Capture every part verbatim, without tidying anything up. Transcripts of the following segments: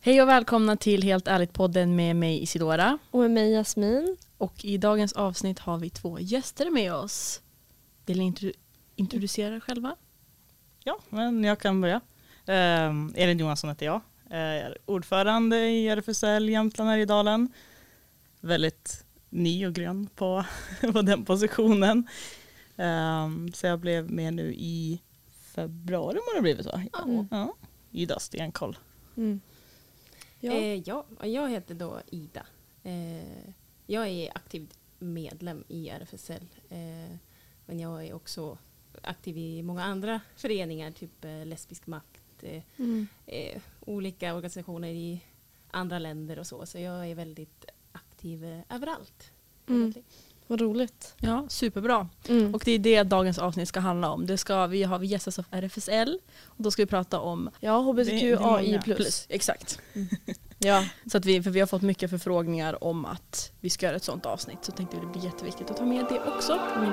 Hej och välkomna till Helt ärligt-podden med mig Isidora. Och med mig Jasmin. Och i dagens avsnitt har vi två gäster med oss. Vill ni introdu- introducera er själva? Ja, men jag kan börja. Eh, Elin Johansson heter jag. Jag är ordförande i R F S L Jämtland Härjedalen. Väldigt ny och grön på, på den positionen. Eh, så jag blev med nu i februari må det blivit så. Mm. Ja, Ida Stenkoll. Mm. Ja. Eh, ja, jag heter då Ida. Eh, jag är aktiv medlem i R F S L. Eh, men jag är också aktiv i många andra föreningar, typ eh, Lesbisk makt, eh, Mm. eh, olika organisationer i andra länder och så. Så jag är väldigt aktiv eh, överallt. Mm. Vad roligt. Ja, superbra. Mm. Och det är det dagens avsnitt ska handla om. Det ska, vi har gästas av R F S L och då ska vi prata om Ja, H B T Q A I många. plus. plus. Exakt. Ja. Så att vi, för vi har fått mycket förfrågningar om att vi ska göra ett sånt avsnitt. Så tänkte vi det blir jätteviktigt att ta med det också. Mm.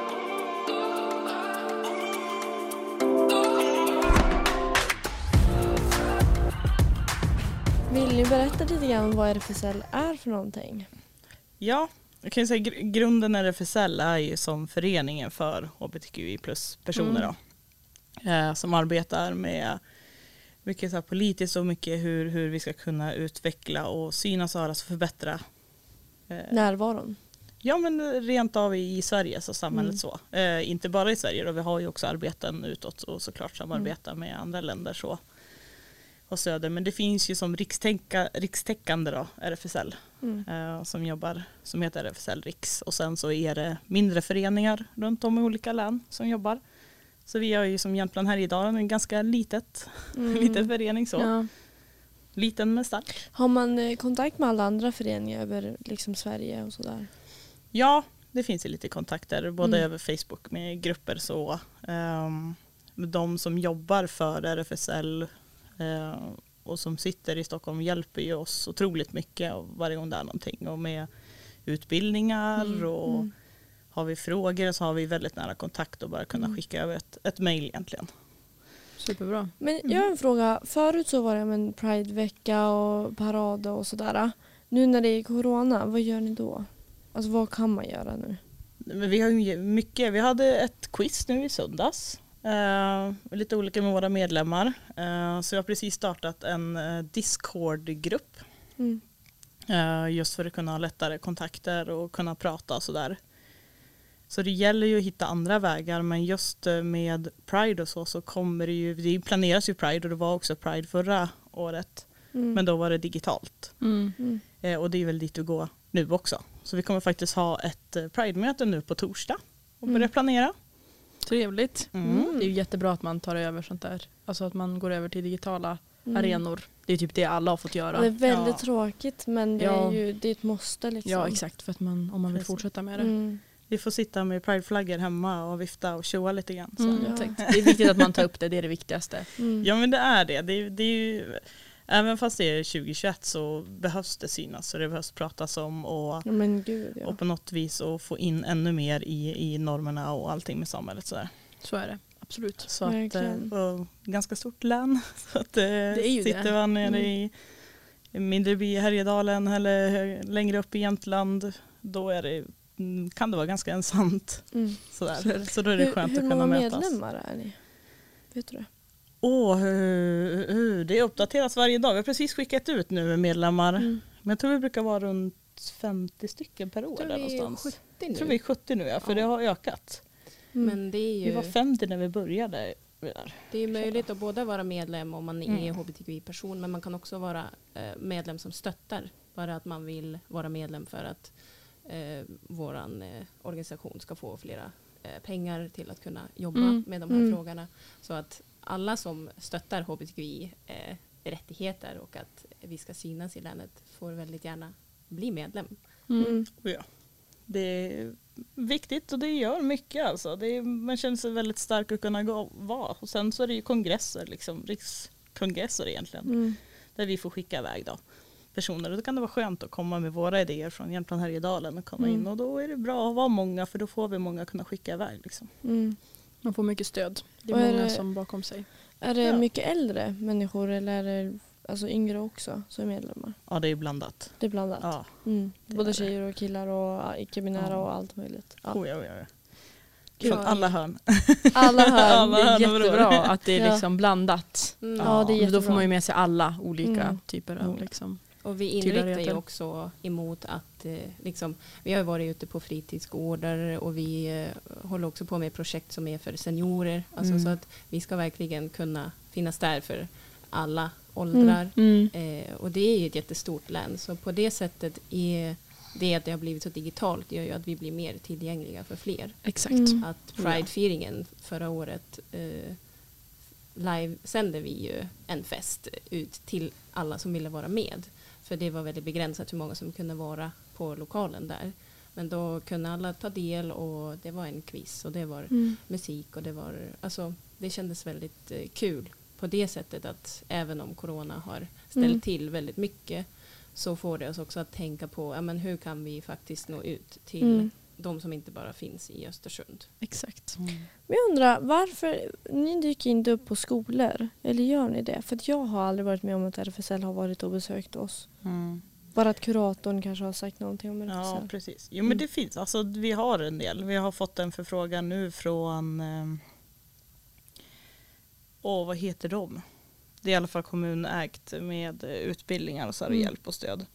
Vill ni berätta lite grann vad R F S L är för någonting? Ja, jag kan ju säga gr- grunden R F S L är ju som föreningen för H B T Q I plus personer Mm. då. Eh, som arbetar med mycket så här politiskt och mycket hur, hur vi ska kunna utveckla och synas och höras och förbättra. Eh, Närvaron. ja men rent av i Sverige så samhället Mm. så. Eh, inte bara i Sverige då, vi har ju också arbeten utåt och såklart samarbeta Mm. med andra länder så. Och söder. Men det finns ju som rikstäcka, rikstäckande då, R F S L. Mm. Eh, som jobbar, som heter R F S L Riks. Och sen så är det mindre föreningar runt om i olika län som jobbar. Så vi har ju som Jämtland Härjedalen en ganska litet, Mm. liten förening så. Ja. Liten men stark. Har man eh, kontakt med alla andra föreningar över liksom Sverige och sådär? Ja, det finns ju lite kontakter både Mm. över Facebook med grupper så. Um, de som jobbar för R F S L uh, och som sitter i Stockholm hjälper ju oss otroligt mycket varje gång det är någonting. Och med utbildningar Mm. och Mm. har vi frågor så har vi väldigt nära kontakt och bara kunna Mm. skicka över ett, ett mejl egentligen. Superbra. Men jag har en fråga. Förut så var det en Pride-vecka och parad och sådär. Nu när det är corona, vad gör ni då? Alltså vad kan man göra nu? Men vi har ju mycket. Vi hade ett quiz nu i söndags. Uh, lite olika med våra medlemmar. Uh, så jag har precis startat en uh, Discord-grupp. Mm. Uh, just för att kunna ha lättare kontakter och kunna prata och sådär. Så det gäller ju att hitta andra vägar. Men just uh, med Pride och så så kommer det ju. Det planeras ju Pride och det var också Pride förra året. Mm. Men då var det digitalt. Mm. Mm. Uh, och det är väl dit att gå nu också. Så vi kommer faktiskt ha ett uh, Pride-möte nu på torsdag. Och börja Mm. planera. Trevligt. Mm. Det är ju jättebra att man tar över sånt där. Alltså att man går över till digitala Mm. arenor. Det är typ det alla har fått göra. Det är väldigt Ja. tråkigt men det Ja. är ju det är ett måste liksom. Ja, exakt. För att man, om man vill Precis. fortsätta med det. Mm. Vi får sitta med Pride-flaggor hemma och vifta och tjoa lite grann. Så. Mm, Ja. exakt. Det är viktigt att man tar upp det. Det är det viktigaste. Mm. Ja men det är det. det, är, det är ju, även fast det är tjugohundratjugoett så behövs det synas och det behövs pratas om och, Ja, men gud ja. och på något vis och få in ännu mer i, i normerna och allting med samhället. Så, Så är det. Absolut. så att, Verkligen. eh, och ganska stort län. Så att eh, är ju sitter det. man nere Mm. i en mindre by i Härjedalen eller hö- längre upp i Jämtland då är det, mm, kan det vara ganska ensamt. Mm. Sådär. Så då är det Hur, skönt hur att kunna många mötas. medlemmar är ni? Vet du det? Åh, hur, hur, det uppdateras varje dag. Vi har precis skickat ut nu med medlemmar. Mm. Men jag tror vi brukar vara runt femtio stycken per år Jag tror där vi är någonstans. sjuttio nu. Jag tror vi är sjuttio nu, ja, för Ja. det har ökat. Mm. Men det är Vi ju var femtio när vi började. Där. det är möjligt att både vara medlem om man är Mm. H B T Q I-person, men man kan också vara eh, medlem som stöttar. Bara att man vill vara medlem för att eh, våran eh, organisation ska få flera eh, pengar till att kunna jobba Mm. med de här Mm. frågorna. Så att alla som stöttar H B T Q I eh, rättigheter och att vi ska synas i länet får väldigt gärna bli medlem. Mm. Mm. Och ja, det är viktigt och det gör mycket. Alltså. Det är, man känner sig väldigt stark att kunna gå, vara. Och sen så är det ju kongresser, liksom, rikskongresser egentligen. Mm. Där vi får skicka iväg då. personer. Och då kan det vara skönt att komma med våra idéer från Jämtland Härjedalen och komma Mm. in. Och då är det bra att vara många, för då får vi många att kunna skicka iväg. Liksom. Mm. Man får mycket stöd. Det är Och är många det- som bakom sig. Är det Ja. mycket äldre människor eller är det alltså yngre också som är medlemmar. Ja, det är blandat. Det är blandat. Ja. Mm. det Både är det. tjejer och killar och icke-binära Ja. och allt möjligt. Ja. Oh, ja, ja, ja. Gud, Från alla hörn. alla hör. Alla Det är hörn och vrår. jättebra att det är Ja. liksom blandat. Mm. Ja, det är Då jättebra. får man ju med sig alla olika Mm. typer av Mm. liksom. Och vi inriktar ju tillhörigheter. också emot att eh, liksom, vi har ju varit ute på fritidsgårdar och vi eh, håller också på med projekt som är för seniorer. Alltså Mm. så att vi ska verkligen kunna finnas där för alla åldrar. Mm. Eh, och det är ju ett jättestort län. Så på det sättet är det att det har blivit så digitalt gör ju att vi blir mer tillgängliga för fler. Exakt. Mm. Att Pride-firingen förra året eh, live sände vi ju en fest ut till alla som ville vara med. För det var väldigt begränsat hur många som kunde vara på lokalen där. Men då kunde alla ta del och det var en quiz och det var Mm. musik och det var, alltså det kändes väldigt eh, kul på det sättet att även om corona har ställt Mm. till väldigt mycket så får det oss också att tänka på ja, men hur kan vi faktiskt nå ut till Mm. de som inte bara finns i Östersund. Exakt. Men jag undrar, varför ni dyker inte upp på skolor? Eller gör ni det? För att jag har aldrig varit med om att R F S L har varit och besökt oss. Mm. Bara att kuratorn kanske har sagt någonting om R F S L. Ja, precis. Jo, men Mm. det finns. Alltså, vi har en del. Vi har fått en förfrågan nu från... Eh, åh, vad heter de? Det är i alla fall kommunägt med eh, utbildningar och så här, och Mm. hjälp och stöd.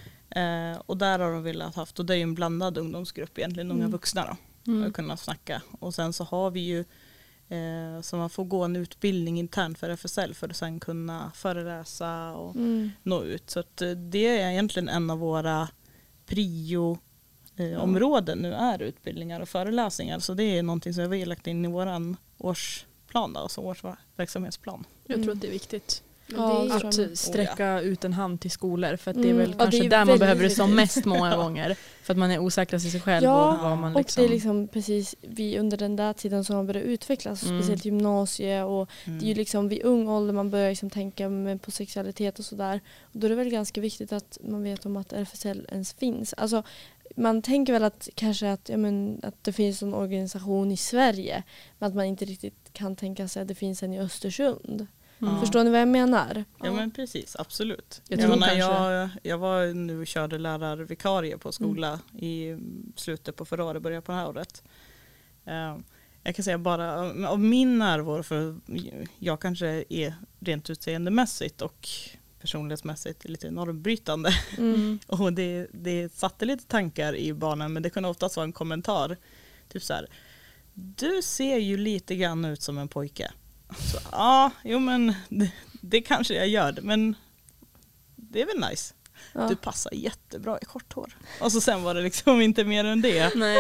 Eh, och där har de velat haft, och det är ju en blandad ungdomsgrupp egentligen, unga Mm. vuxna då. Mm. Att kunna snacka. Och sen så har vi ju eh, så man får gå en utbildning internt för R F S L för att sen kunna föreläsa och Mm. nå ut. Så att eh, det är egentligen en av våra prio eh, områden nu är utbildningar och föreläsningar. Så det är någonting som vi har lagt in i våran årsplan då, alltså årsverksamhetsplan. Jag tror Mm. att det är viktigt Men Ja, det är ju- tror jag att sträcka ut en hand till skolor. För att det är Mm. väl Ja, kanske det är där man väldigt behöver det som viktigt. mest många gånger. För att man är osäker till sig själv. Ja, och vad man Och liksom, det är liksom precis vi under den där tiden som man börjar utvecklas. Mm. Speciellt gymnasie och Mm. det är ju liksom vid ung ålder man börjar liksom tänka med på sexualitet och sådär. Och då är det väl ganska viktigt att man vet om att R F S L ens finns. Alltså man tänker väl att kanske att, ja, men, att det finns en organisation i Sverige men att man inte riktigt kan tänka sig att det finns en i Östersund. Mm. Förstår ni vad jag menar? Ja men precis, absolut. Jag Jag, tror menar, kanske- jag, jag var nu och körde lärarvikarie på skola i slutet på förra året, början på det här året. Eh, jag kan säga bara av min närvaro, för jag kanske är rent utseendemässigt och personlighetsmässigt lite normbrytande. Mm. Och det, det satte lite tankar i barnen, men det kunde oftast vara en kommentar. Typ så här, du ser ju lite grann ut som en pojke. Så, ja, jo men det, det kanske jag gör, men det är väl nice. Ja. Du passar jättebra i kort hår. Och så sen var det liksom inte mer än det. Nej.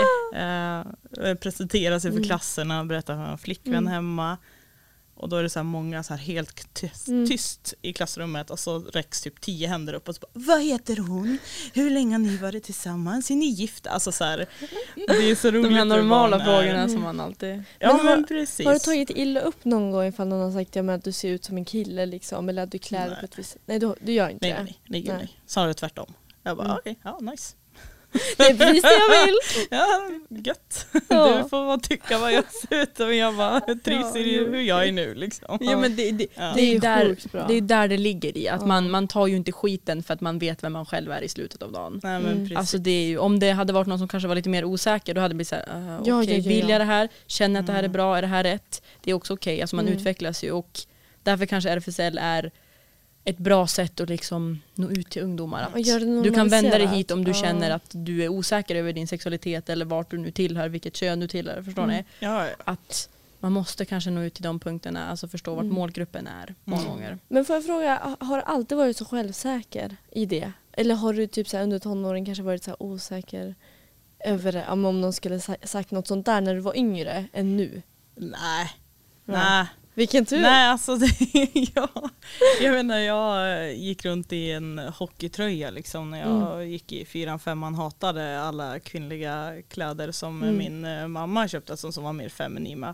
Eh, presentera sig för Mm. klasserna, berätta att man har en flickvän Mm. hemma. Och då är det så här många så här helt tyst, Mm. tyst i klassrummet och så räcks typ tio händer upp och så bara, vad heter hon? Hur länge har ni varit tillsammans? Är ni gifta? Alltså så här, det är så roligt. De här hur normala barn är. frågorna Mm. som man alltid... Ja Men men, har- precis. Har du tagit illa upp någon gång ifall någon har sagt ja, men att du ser ut som en kille liksom, eller att du klär dig Nej. på ett visst... Nej, du, du gör inte Nej, det. nej, nej, gud, Nej. nej. Snarare tvärtom. Jag bara, Mm. okej, ja nice. Det är precis det jag vill. Ja, gött. Ja. Du får bara tycka vad jag ser ut som. Jag bara trivs Ja, i jo. hur jag är nu liksom. Ja, men det, det, Ja. det, är ju Det är där, sjukt bra. det är där det ligger i. Att Ja. man, man tar ju inte skiten för att man vet vem man själv är i slutet av dagen. Nej, men Mm. precis. Alltså det är ju, om det hade varit någon som kanske var lite mer osäker, då hade det blivit såhär, uh, Ja, okej, ja, ja, vill ja. jag det här? Känner att det här är Mm. bra? Är det här rätt? Det är också okej, alltså man Mm. utvecklas ju, och därför kanske R F S L är ett bra sätt att liksom nå ut till ungdomar. Att Och gör det du kan vända dig normaliserat. hit om du Ja. känner att du är osäker över din sexualitet eller vart du nu tillhör, vilket kön du tillhör, förstår Mm. ni? Ja, ja. Att man måste kanske nå ut till de punkterna, alltså förstå vart Mm. målgruppen är många Mm. gånger. Men får jag fråga, har du alltid varit så självsäker i det? Eller har du typ så här under tonåren kanske varit så här osäker över det? Om om någon skulle sa- sagt något sånt där när du var yngre än nu? Nej. Nej. Nej. Vilken tur! Nej, alltså det, ja. Jag menar, jag gick runt i en hockeytröja liksom när jag Mm. gick i fyran, femman, hatade alla kvinnliga kläder som Mm. min eh, mamma köpte, alltså, som var mer feminima.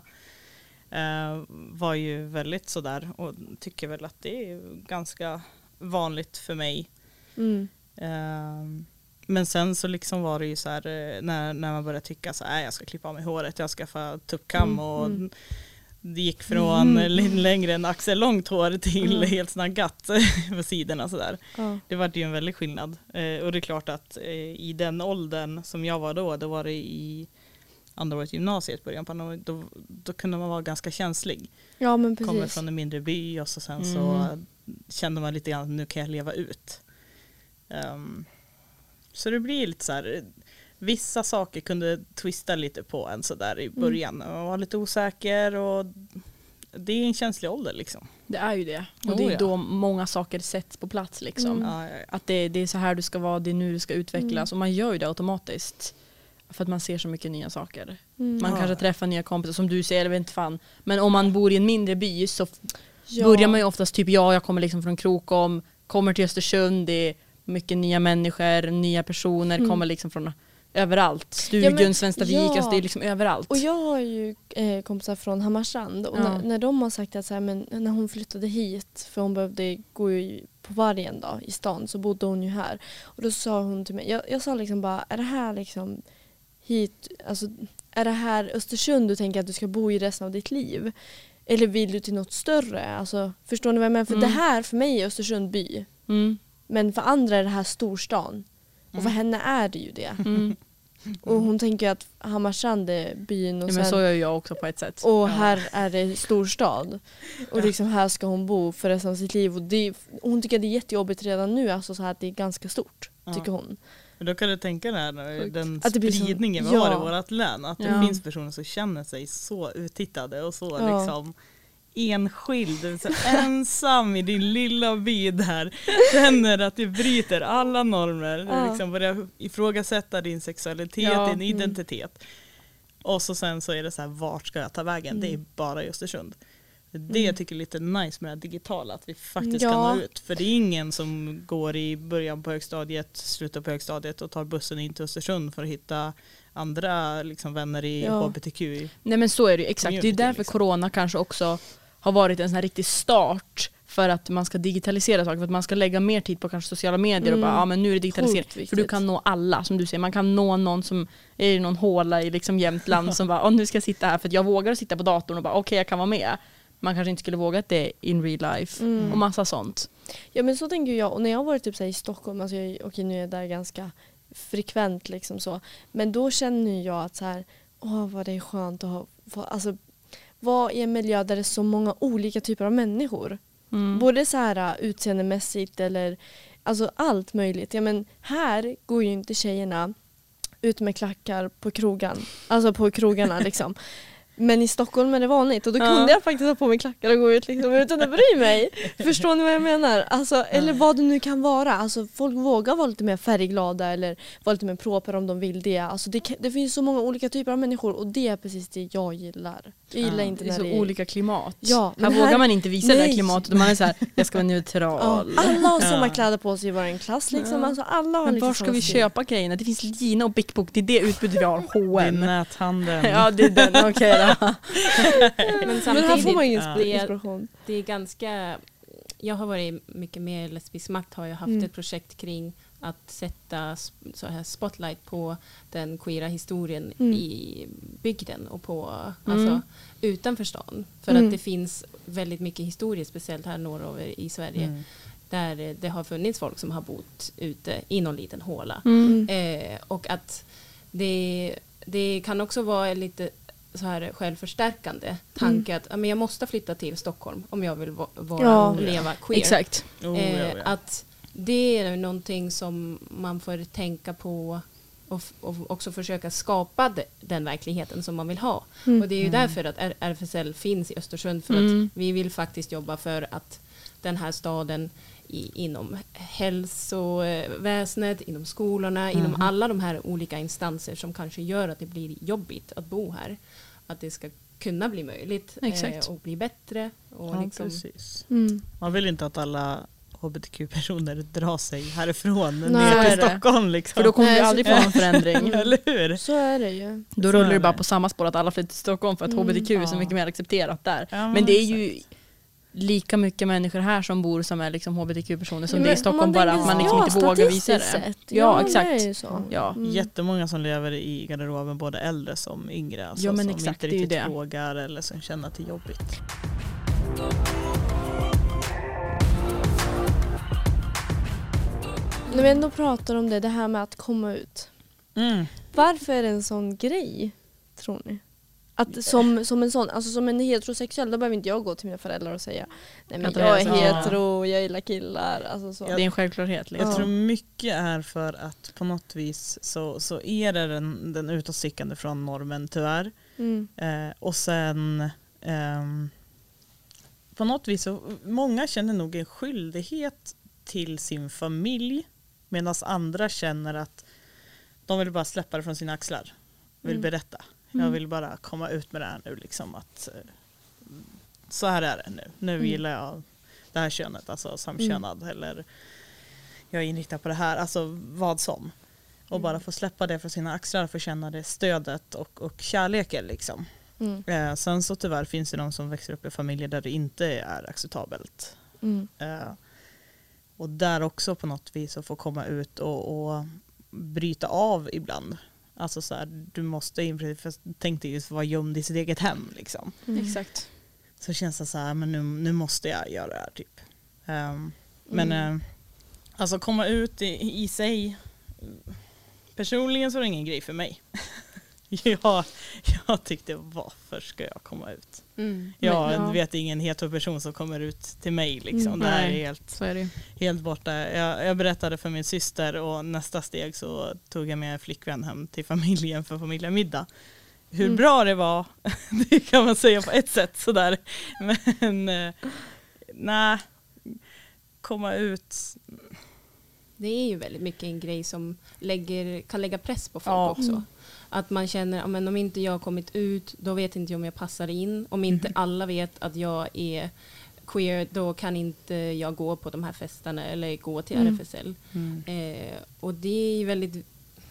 Eh, var ju väldigt sådär, och tycker väl att det är ganska vanligt för mig. Mm. Eh, men sen så liksom var det ju så här, eh, när, när man började tycka så här, jag ska klippa av mig håret, jag ska få tuppkam Mm, och mm. det gick från Mm. längre än axellångt hår till Mm. helt snaggat på sidorna sådär. Ja. Det var ju en väldigt skillnad. Eh, och det är klart att eh, i den åldern som jag var då, då var det i andra året gymnasiet början på då, då, då kunde man vara ganska känslig. ja, men Kommer precis. från en mindre by och så sen Mm. så kände man lite grann att nu kan jag leva ut. Um, så det blir lite så här, vissa saker kunde twista lite på en så där i början. Man var lite osäker och det är en känslig ålder liksom. Det är ju det. Och Oh, det är ja. då många saker sätts på plats liksom. Mm. Ja, ja, ja. Att det, det är så här du ska vara, det är nu du ska utvecklas. Mm. Och man gör ju det automatiskt. För att man ser så mycket nya saker. Mm. Man Ja. kanske träffar nya kompisar som du ser, jag vet inte fan. Men om man bor i en mindre by så f- Ja. börjar man ju oftast typ, ja jag kommer liksom från Krokom, kommer till Östersund, det är mycket nya människor, nya personer, Mm. kommer liksom från överallt. Studion, men- Svenstavik, ja. alltså det är liksom överallt. Och jag har ju eh, kompisar från Hammarstrand och Ja. när, när de har sagt att så här, men när hon flyttade hit, för hon behövde gå ju på varje dag i stan, så bodde hon ju här. Och då sa hon till mig, jag, jag sa liksom bara, är det här liksom hit, alltså är det här Östersund du tänker att du ska bo i resten av ditt liv? Eller vill du till något större? Alltså, förstår ni vad jag menar? För Mm. det här för mig är Östersund by. Mm. Men för andra är det här storstan. Och för Mm. henne är det ju det. Mm. Och hon tänker att Hammarstrand är byn och Ja, men sen så gör jag också på ett sätt. och här är det storstad. Och liksom här ska hon bo för resten av sitt liv. Och det, hon tycker att det är jättejobbigt redan nu. Alltså så här att det är ganska stort, Ja. tycker hon. Men då kan du tänka dig här, Sjukt. den Att det blir som- spridningen vi ja. har i vårt län. Att det Ja. finns personer som känner sig så uttittade och så Ja. liksom enskild, så ensam i din lilla by där. Känner att du bryter alla normer. Du Ja. liksom börjar ifrågasätta din sexualitet, Ja. din identitet. Och så sen så är det så här, vart ska jag ta vägen? Mm. Det är bara i Östersund. Det Mm. jag tycker är lite nice med det digitala, att vi faktiskt Ja. kan nå ut. För det är ingen som går i början på högstadiet, slutar på högstadiet och tar bussen in till Östersund för att hitta andra liksom, vänner i Ja. H B T Q. Nej men så är det ju, exakt. Det är Community, därför liksom. corona kanske också har varit en sån här riktig start för att man ska digitalisera saker, för att man ska lägga mer tid på kanske sociala medier och Mm. bara, ja men nu är det digitalisering. Sjukt viktigt. För du kan nå alla, som du säger. Man kan nå någon som är i någon håla i liksom Jämtland som bara, åh nu ska jag sitta här för att jag vågar sitta på datorn och bara, okej okay, jag kan vara med. Man kanske inte skulle våga det in real life. Mm. Och massa sånt. Ja men så tänker jag. Och när jag har varit typ så här i Stockholm, alltså jag, okej nu är jag där ganska frekvent liksom så. Men då känner jag att så här, åh vad det är skönt att ha, få- alltså vara i en miljö där det är så många olika typer av människor. Mm. Både så här uh, utseendemässigt eller alltså allt möjligt. Ja, men här går ju inte tjejerna ut med klackar på krogen. Alltså på krogarna liksom. Men i Stockholm är det vanligt och då Ja. kunde jag faktiskt ha på mig klackar och gå ut liksom, utan att bry mig. Förstår ni vad jag menar? Alltså, eller vad det nu kan vara. Alltså, folk vågar vara lite mer färgglada eller vara lite mer proper om de vill det. Alltså, det, kan- det finns så många olika typer av människor och det är precis det jag gillar. Jag gillar Ja. inte Det är när så det är... olika klimat. Ja, här men här- vågar man inte visa det Nej. där klimatet och man är så här, jag ska vara neutral. Ja, alla har samma Ja. kläder på sig i vår klass liksom. Ja. Alltså, alla har Men lite var ska samma vi stil. köpa grejerna? Det finns Gina och Bic Book, det är det utbudet vi har. H och Det är M. näthandeln. Ja det är den, okej då. Men Men här får samtidigt, man ju Ja. insp- inspiration. det är ganska... Jag har varit mycket med Lesbisk makt, har jag haft Mm. ett projekt kring att sätta sp- så här spotlight på den queera historien Mm. i bygden och på, Mm. alltså, utanför stan. För Mm. att det finns väldigt mycket historia, speciellt här norröver i Sverige, Mm. där eh, det har funnits folk som har bott ute i någon liten håla. Mm. Eh, och att det, det kan också vara lite så här självförstärkande tanke att ja, men jag måste flytta till Stockholm om jag vill va- vara Ja. och leva queer. Exakt. Oh, Eh, ja, ja. Att det är någonting som man får tänka på och, f- och också försöka skapa de, den verkligheten som man vill ha. Mm. Och det är ju Mm. därför att R- R F S L finns i Östersund, för Mm. att vi vill faktiskt jobba för att den här staden i, inom hälsoväsendet, inom skolorna, Mm. inom alla de här olika instanser som kanske gör att det blir jobbigt att bo här, att det ska kunna bli möjligt Exakt. eh, och bli bättre. Och Ja, liksom, precis. Mm. Man vill inte att alla H B T Q-personer drar sig härifrån Nej. ner Så är till det. Stockholm. Liksom. För då kommer Nej, vi så- aldrig få någon förändring. Eller hur? Så är det ju. Då Så rullar är det bara det. på samma spår att alla flyttar till Stockholm för att Mm, H B T Q är så ja. mycket mer accepterat där. Ja, Men det är ju, lika mycket människor här som bor som är liksom H B T Q-personer som Ja, det är i men Stockholm, man bara tänker att man så, liksom inte vågar visa det. statistiskt sett. Ja, Ja, exakt. det är ju så. Ja. Mm. Jättemånga som lever i garderoben, både äldre som yngre. Alltså, Ja, men som exakt, inte det är ju riktigt det. vågar eller som känner att det är jobbigt. När vi ändå pratar om det, det här med att komma ut. Mm. Varför är det en sån grej, tror ni? Att som, som en sån, alltså som en heterosexuell, då behöver inte jag gå till mina föräldrar och säga nej men Att jag är det är så. hetero, jag gillar killar. Alltså så. Det är en självklarhet. Liksom. Jag Ja. tror mycket är för att på något vis så, så är det den, den utåtstickande från normen tyvärr. Mm. Eh, och sen ehm, på något vis så många känner nog en skyldighet till sin familj, medan andra känner att de vill bara släppa det från sina axlar. Vill Mm. berätta. Jag vill bara komma ut med det här nu. Liksom att, eh, så här är det nu. Nu Mm. gillar jag det här könet, alltså samkönad. Eller jag är inriktad på det här. Alltså vad som. Och bara få släppa det för sina axlar. Få känna det stödet och, och kärleken. Liksom. Mm. Eh, sen så tyvärr finns det de som växer upp i familjer där det inte är acceptabelt. Mm. Eh, och där också på något vis att få komma ut och, och bryta av ibland. Alltså så här, du måste, för tänk dig just vara gömd i sitt eget hem liksom. Mm. Exakt. Så känns det så här, men nu, nu måste jag göra det här typ. Um, men Mm. eh, alltså komma ut i, i sig, personligen så är det ingen grej för mig. jag, jag tyckte, varför ska jag komma ut? Mm. Jag Men, ja. vet ingen hetero-person som kommer ut till mig liksom. Mm, det här är nej. helt Så är det ju. helt borta. Jag, jag berättade för min syster och nästa steg så tog jag med en flickvän hem till familjen för familjemiddag. Hur Mm. bra det var, det kan man säga på ett sätt sådär. Men eh, nej, komma ut. Det är ju väldigt mycket en grej som lägger, kan lägga press på folk Ja. också. Mm. Att man känner, ja, men om inte jag har kommit ut, då vet inte jag om jag passar in. Om inte alla vet att jag är queer, då kan inte jag gå på de här festerna eller gå till Mm. R F S L. Eh, och det är ju väldigt,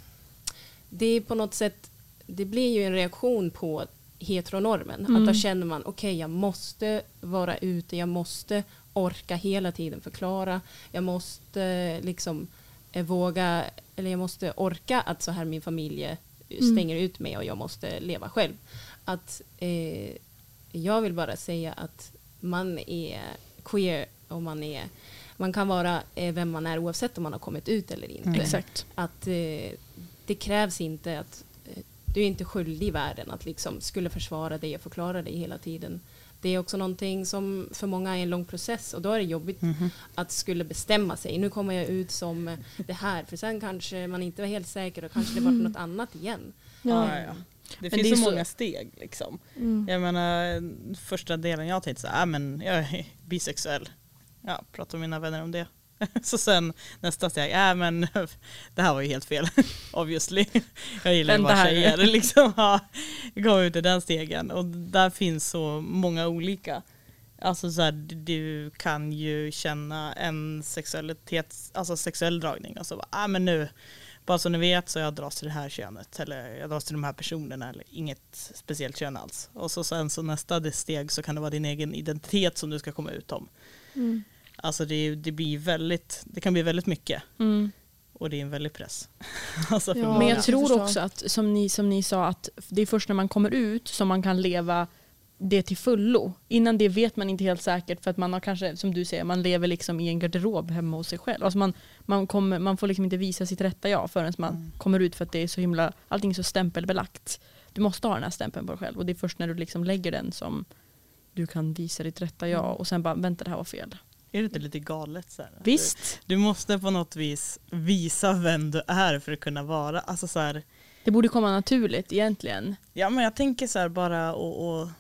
det är på något sätt, det blir ju en reaktion på heteronormen. Mm. Att då känner man, okej okay, jag måste vara ute, jag måste orka hela tiden förklara, jag måste liksom eh, våga, eller jag måste orka att så här min familj stänger ut mig och jag måste leva själv. Att eh, jag vill bara säga att man är queer och man är, man kan vara eh, vem man är oavsett om man har kommit ut eller inte. Mm. Exakt. Att eh, det krävs inte att eh, du är inte skyldig i världen att liksom skulle försvara dig och förklara dig hela tiden. Det är också någonting som för många är en lång process och då är det jobbigt Mhm. att skulle bestämma sig. Nu kommer jag ut som det här, för sen kanske man inte var helt säker och kanske det var något annat igen. Ja. Ja, ja. Det Men finns det är så så- många steg liksom. Mm. Jag menar, första delen jag tänkte så här, äh, men jag är bisexuell. Ja, pratar med mina vänner om det. Så sen nästa steg, äh, men det här var ju helt fel. Obviously. Jag gillar ju Vänta bara här. tjejer. Liksom. Ja, jag kom ut i den stegen. Och där finns så många olika. Alltså så här, du kan ju känna en sexualitet, alltså sexuell dragning. Och så bara, äh, men nu, bara så ni vet så jag dras till det här könet. Eller jag dras till de här personerna. Eller inget speciellt kön alls. Och så sen så nästa steg så kan det vara din egen identitet som du ska komma ut om. Mm. Alltså det, det blir väldigt, det kan bli väldigt mycket. Mm. Och det är en väldig press. Alltså för Ja. många. Men jag jag tror förstår. också att, som ni, som ni sa, att det är först när man kommer ut som man kan leva det till fullo. Innan det vet man inte helt säkert, för att man har kanske, som du säger, man lever liksom i en garderob hemma hos sig själv. Alltså man, man, kommer, man får liksom inte visa sitt rätta jag förrän man Mm. kommer ut, för att det är så himla, allting är så stämpelbelagt. Du måste ha den här stämpeln på dig själv, och det är först när du liksom lägger den som du kan visa ditt rätta jag, och sen bara, vänta, det här var fel. Är det inte lite galet? Så här? Visst, Du, du måste på något vis visa vem du är för att kunna vara. Alltså så här, det borde komma naturligt egentligen. ja, men jag tänker så här bara och, och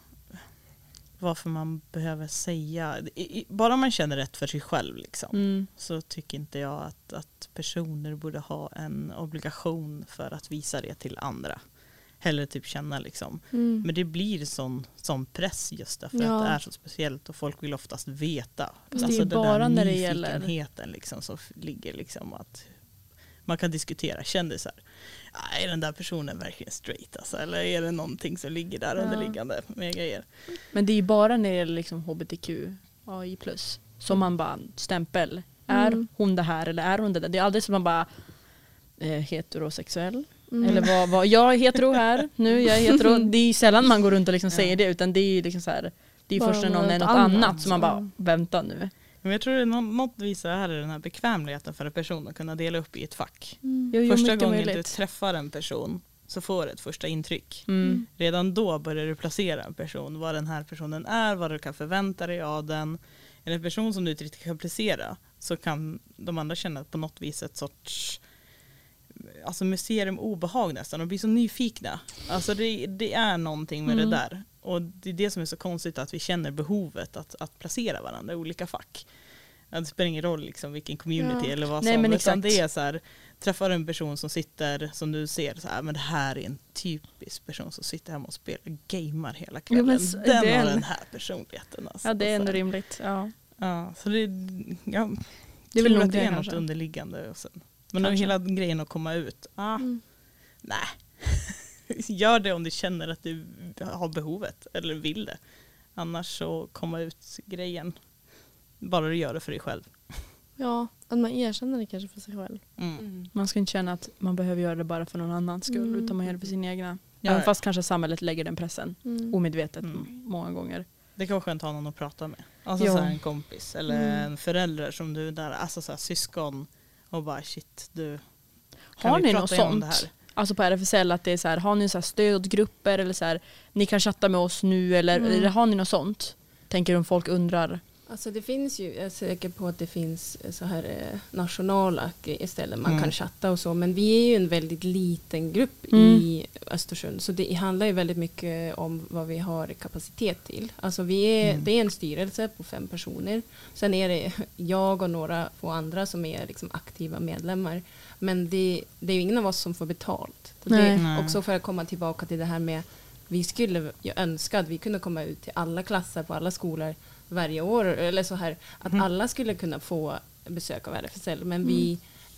varför man behöver säga. I, i, bara man känner rätt för sig själv liksom, Mm. så tycker inte jag att, att personer borde ha en obligation för att visa det till andra. Hellre typ känna liksom. Mm. Men det blir sån, sån press just därför Ja. att det är så speciellt och folk vill oftast veta. Fast det är ju bara när det gäller- nyfikenheten liksom, som f- ligger liksom att man kan diskutera kändisar. Ah, är den där personen verkligen straight alltså? Eller är det någonting som ligger där Ja. underliggande med grejer? Men det är ju bara när det gäller liksom H B T Q A I plus. Som man bara stämpel. Är Mm. hon det här eller är hon det där? Det är aldrig som man bara eh, heterosexuell. Mm. Eller vad, vad, jag är hetero här nu, jag är hetero. Det är ju sällan man går runt och liksom Ja. säger det, utan det är ju liksom så här, det är Bara först när någon något är något annat. annat som man bara, Mm. vänta nu. Men jag tror det är nå- något visar det här är den här bekvämligheten för en person att kunna dela upp i ett fack. Mm. Jo, jo, Första mycket gången du möjligt. träffar en person så får du ett första intryck. Mm. Redan då börjar du placera en person, vad den här personen är, vad du kan förvänta dig av den. Är det en person som du inte riktigt kan placera så kan de andra känna på något vis ett sorts alltså museum obehag nästan och blir så nyfikna. Alltså det, det är någonting med Mm. det där. Och det är det som är så konstigt att vi känner behovet att, att placera varandra i olika fack. Det spelar ingen roll liksom vilken community Ja. eller vad Nej, som. men Utan exakt. det är så här, träffar en person som sitter som du ser så här, men det här är en typisk person som sitter hemma och spelar gamer hela kvällen. men så- den det har är en- den här personligheten. Alltså. Ja, det är Så ändå här. rimligt. Ja. Ja, så det, ja, Det är väl tror nog att det det är något kanske. underliggande. Och sen. Men Kanske. hela grejen att komma ut. Ah, Mm. nej. Gör det om du känner att du har behovet eller vill det. Annars så komma ut grejen. Bara du gör det för dig själv. Ja, att man erkänner det kanske för sig själv. Mm. Mm. Man ska inte känna att man behöver göra det bara för någon annans skull, Mm. utan man gör det för sin egna. Ja, Även ja. fast kanske samhället lägger den pressen Mm. omedvetet Mm. m- många gånger. Det kan vara skönt att ha någon att prata med. Alltså Jo. så här en kompis eller Mm. en förälder som du där, alltså så här syskon och bara shit du. Kan Har vi ni prata något igenom sånt? det här? Alltså på R F S L att det är så här, har ni så här stödgrupper eller så här, ni kan chatta med oss nu eller, Mm. eller har ni något sånt? Tänker om folk undrar. Alltså det finns ju, jag är säker på att det finns så här eh, nationala grejer ställen man Mm. kan chatta och så, men vi är ju en väldigt liten grupp Mm. i Östersund, så det handlar ju väldigt mycket om vad vi har kapacitet till. Alltså vi är, Mm. det är en styrelse på fem personer, sen är det jag och några få andra som är liksom aktiva medlemmar, men det, det är ju ingen av oss som får betalt. Så det Nej. är Nej. också för att komma tillbaka till det här med, vi skulle ju önska att vi kunde komma ut till alla klasser på alla skolor varje år, eller så här, att Mm. alla skulle kunna få besök av R F S L, men vi,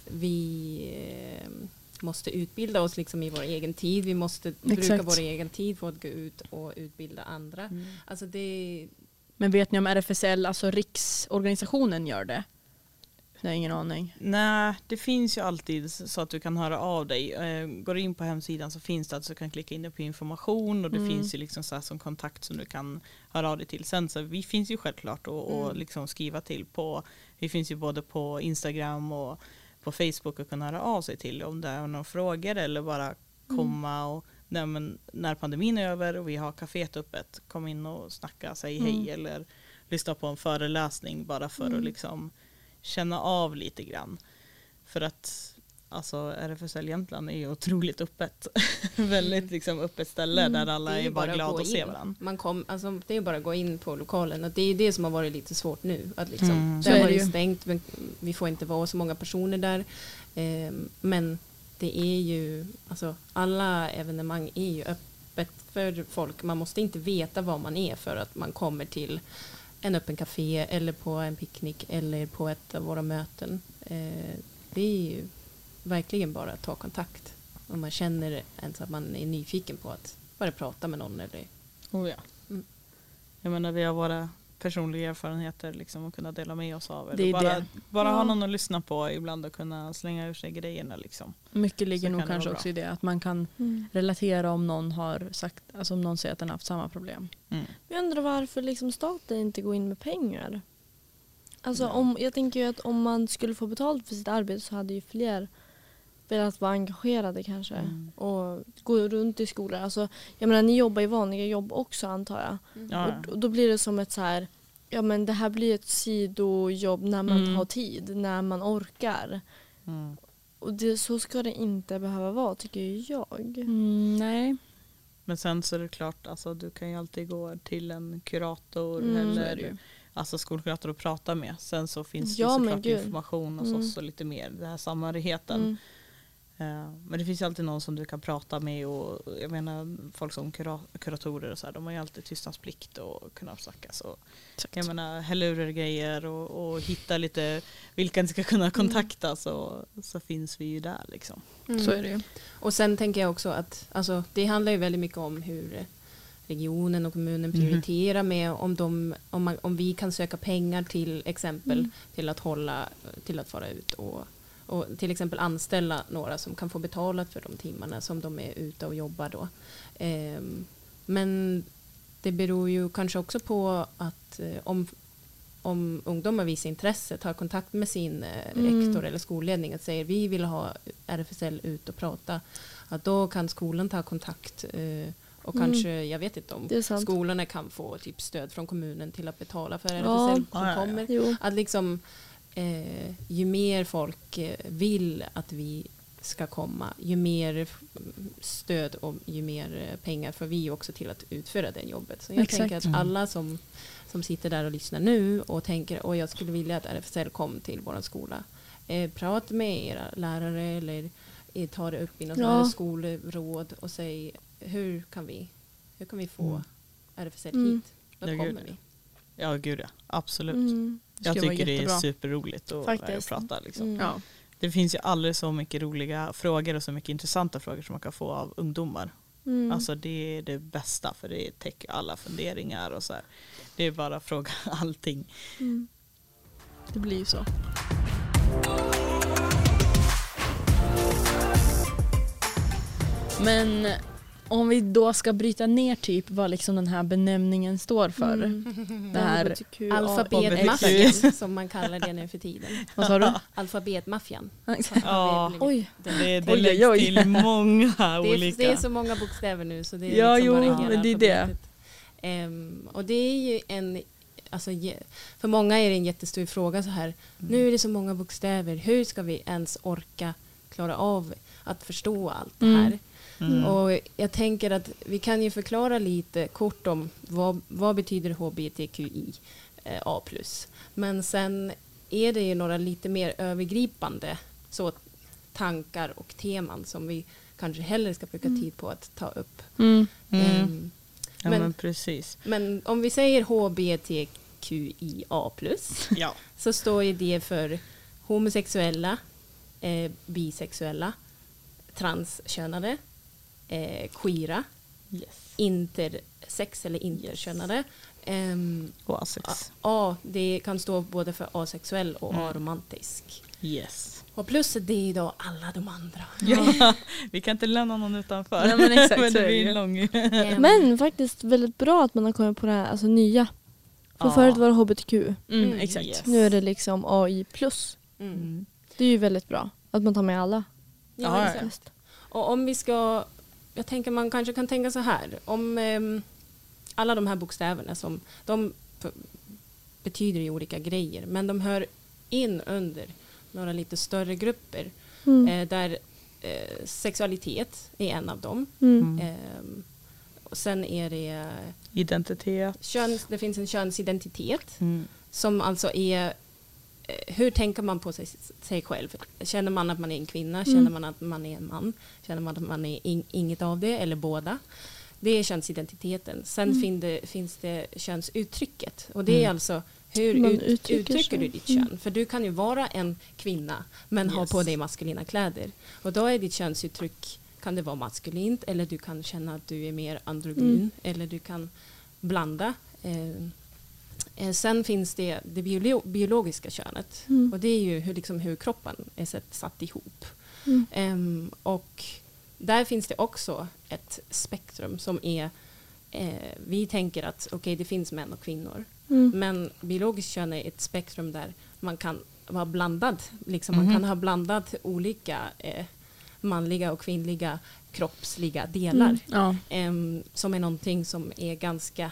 vi eh, måste utbilda oss liksom i vår egen tid, vi måste bruka Exakt. vår egen tid för att gå ut och utbilda andra. Alltså det, Men vet ni om R F S L, alltså riksorganisationen, gör det? Jag har ingen aning. Nej, det finns ju alltid så att du kan höra av dig. Eh, går du in på hemsidan så finns det att du kan klicka in på information och det Mm. finns ju liksom så här som kontakt som du kan höra av dig till. Sen så vi finns ju självklart och, och Mm. liksom skriva till på, vi finns ju både på Instagram och på Facebook och kunna höra av sig till om det är några frågor eller bara komma och nej, men när pandemin är över och vi har kaféet öppet, kom in och snacka, säg hej Mm. eller lyssna på en föreläsning bara för Mm. att liksom känna av lite grann. För att alltså, R F S L Jämtland är ju otroligt öppet. Väldigt liksom, öppet ställe Mm. där alla det är, bara att glada gå att se in. varandra. Man kom, alltså, det är bara att gå in på lokalen, och det är det som har varit lite svårt nu. Att liksom, Mm. Så det är har det varit ju. stängt, men vi får inte vara så många personer där. Eh, men det är ju, alltså, alla evenemang är ju öppet för folk. Man måste inte veta vad man är för att man kommer till en öppen café eller på en picknick eller på ett av våra möten. Eh, det är ju verkligen bara att ta kontakt. Om man känner ens att man är nyfiken på att bara prata med någon. Eller, Oh, ja. Mm. Jag menar, vi har våra personliga erfarenheter liksom, att kunna dela med oss av. Det är Eller bara det. bara Ja. ha någon att lyssna på ibland och kunna slänga ur sig grejerna. Liksom. Mycket ligger Så nog kan det kanske vara också i det, att man kan Mm. relatera om någon har sagt, alltså om någon säger att den har haft samma problem. Mm. Jag undrar varför liksom staten inte går in med pengar. Alltså Ja. om, jag tänker ju att om man skulle få betalt för sitt arbete så hade ju fler velat vara engagerade kanske. Mm. Och gå runt i skolor. Alltså, jag menar, ni jobbar i vanliga jobb också antar jag. Ja, Och, och då blir det som ett så här, ja men det här blir ett sidojobb när man Mm. har tid, när man orkar. Mm. Och det, så ska det inte behöva vara tycker ju jag. Mm, nej. Men sen så är det klart, alltså, du kan ju alltid gå till en kurator Mm, Så är det eller ju. alltså, skolkurator och prata med. Sen så finns Ja, det men såklart gud. information hos Mm. oss och lite mer den här samhörigheten. Mm. Eh, Men det finns ju alltid någon som du kan prata med och jag menar folk som kura- kuratorer och så här, de har ju alltid tystnadsplikt och kunna snacka så. Exakt. Jag menar hälla ur er grejer och, och hitta lite vilka ni ska kunna kontakta så, så finns vi ju där liksom. Mm. Så är det ju. Och sen tänker jag också att alltså, det handlar ju väldigt mycket om hur, regionen och kommunen prioritera mm. med om, de, om, man, om vi kan söka pengar till exempel mm. till att hålla, till att fara ut och, och till exempel anställa några som kan få betalat för de timmarna som de är ute och jobbar då. Eh, men det beror ju kanske också på att eh, om, om ungdomar visar intresse, tar kontakt med sin eh, mm. rektor eller skolledning och säger vi vill ha R F S L ut och prata, att då kan skolan ta kontakt eh, och mm. kanske, jag vet inte om skolorna kan få typ stöd från kommunen till att betala för R F S L ja. som ja, kommer. Ja, ja. Att liksom, eh, ju mer folk eh, vill att vi ska komma, ju mer stöd och ju mer pengar får vi också till att utföra det jobbet. Så jag Exakt. tänker att alla som, som sitter där och lyssnar nu och tänker och jag skulle vilja att R F S L kom till vår skola. Eh, prata med era lärare eller eh, ta det upp i något ja. skolråd och säg hur kan vi, hur kan vi få mm. R F S L hit? Mm. Då ja, kommer gud. vi. Ja, gud ja. Absolut. Mm. Jag tycker det är superroligt att, att prata. Liksom. Mm. Ja. Det finns ju alldeles så mycket roliga frågor och så mycket intressanta frågor som man kan få av ungdomar. Mm. Alltså det är det bästa för det täcker alla funderingar och så här. Det är bara att fråga allting. Mm. Det blir ju så. Men om vi då ska bryta ner typ vad liksom den här benämningen står för. Mm. Det här alfabetmaffian som man kallar det nu för tiden. Vad sa du? Alfabetmaffian. Ja, det, det, det läggs oj, oj. till många det är, olika. Det är så många bokstäver nu så det är ja, liksom jo, bara hela men det är det. Um, och det är ju en alltså, för många är det en jättestor fråga så här. Mm. Nu är det så många bokstäver. Hur ska vi ens orka klara av att förstå allt det här? Mm. Mm. Och jag tänker att vi kan ju förklara lite kort om vad, vad betyder H B T Q I A plus. Men sen är det ju några lite mer övergripande så, tankar och teman som vi kanske hellre ska bruka mm. tid på att ta upp. Mm. Mm. Um, ja, men, men, precis. men om vi säger H B T Q I A plus ja. så står ju det för homosexuella, eh, bisexuella, transkönade, Eh, queera, yes. intersex eller interkönade. Um, och asex. Ja, det kan stå både för asexuell och mm. aromantisk. Yes. Och plus det är då alla de andra. Ja, vi kan inte lämna någon utanför. Ja, men exakt, men det blir lång. um, men faktiskt väldigt bra att man har kommit på det här alltså nya. För ja. förut var det H B T Q. Mm, mm, exakt. Yes. Nu är det liksom A I plus. Mm. Det är ju väldigt bra att man tar med alla. Ja, ja. Och om vi ska jag tänker man kanske kan tänka så här. Om eh, alla de här bokstäverna som de f- betyder ju olika grejer. Men de hör in under några lite större grupper. Mm. Eh, där eh, sexualitet är en av dem. Mm. Eh, och sen är det identitet. Köns, det finns en könsidentitet. Mm. Som alltså är hur tänker man på sig, sig själv? Känner man att man är en kvinna? Mm. Känner man att man är en man? Känner man att man är in, inget av det eller båda? Det är könsidentiteten. Sen mm. fin det, finns det könsuttrycket. Och det är mm. alltså hur ut, uttrycker, uttrycker du ditt kön? Mm. För du kan ju vara en kvinna men yes. ha på dig maskulina kläder. Och då är ditt könsuttryck, kan det vara maskulint eller du kan känna att du är mer androgyn mm. eller du kan blanda. Eh, Sen finns det det biolo- biologiska könet. Mm. Och det är ju hur, liksom, hur kroppen är satt, satt ihop. Mm. Um, och där finns det också ett spektrum som är... Eh, vi tänker att okay, det finns män och kvinnor. Mm. Men biologiskt kön är ett spektrum där man kan vara blandad. Liksom, mm. Man kan ha blandat olika eh, manliga och kvinnliga kroppsliga delar. Mm. Ja. Um, som är någonting som är ganska...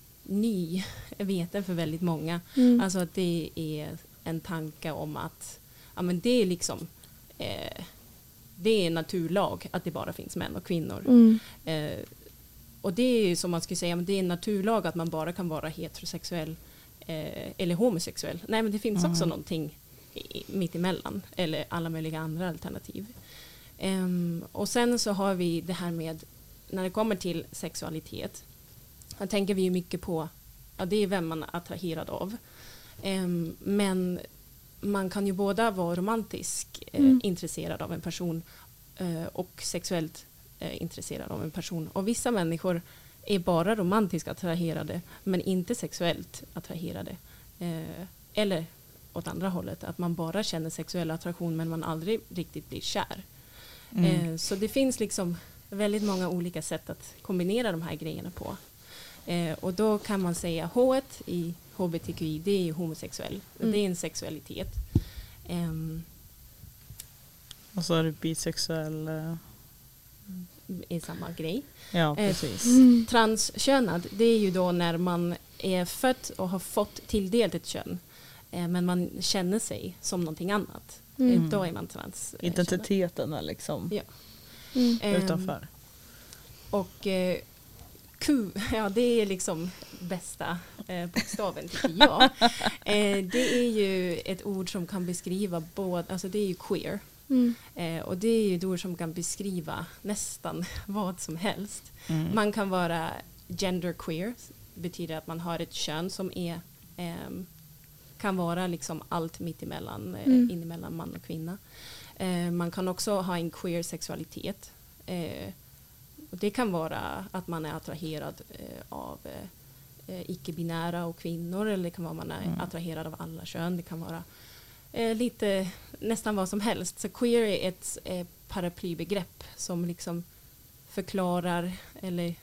ny veten för väldigt många. Mm. Alltså att det är en tanke om att ja, men det är liksom eh, det är en naturlag att det bara finns män och kvinnor. Mm. Eh, och det är ju som man skulle säga, men det är en naturlag att man bara kan vara heterosexuell eh, eller homosexuell. Nej, men det finns mm. också någonting i, mitt emellan eller alla möjliga andra alternativ. Eh, och sen så har vi det här med när det kommer till sexualitet. Här tänker vi ju mycket på ja, det är vem man är attraherad av. Um, men man kan ju båda vara romantisk eh, mm. intresserad av en person eh, och sexuellt eh, intresserad av en person. Och vissa människor är bara romantiskt attraherade men inte sexuellt attraherade. Eh, eller åt andra hållet, att man bara känner sexuell attraktion men man aldrig riktigt blir kär. Mm. Eh, så det finns liksom väldigt många olika sätt att kombinera de här grejerna på. Eh, och då kan man säga H i H B T Q I, det är ju homosexuell. Mm. Det är en sexualitet. Eh, Och så är det bisexuell. eh, är samma grej. Ja, Eh, precis. Mm. Transkönad, det är ju då när man är född och har fått tildelt ett kön. Eh, men man känner sig som någonting annat. Mm. Eh, då är man transkönad. Identiteten är liksom Ja. Mm. Eh, utanför. Och eh, Q, ja det är liksom bästa eh, bokstaven tycker jag. Eh, det är ju ett ord som kan beskriva både, alltså det är ju queer. Mm. Eh, och det är ju ett ord som kan beskriva nästan vad som helst. Mm. Man kan vara genderqueer, betyder att man har ett kön som är ehm, kan vara liksom allt mittemellan, eh, Mm. inemellan man och kvinna. Eh, man kan också ha en queer sexualitet. Eh, och det kan vara att man är attraherad eh, av eh, icke-binära och kvinnor, eller det kan vara att man är Mm. attraherad av alla kön. Det kan vara eh, lite nästan vad som helst. Så queer är ett eh, paraplybegrepp som liksom förklarar, eller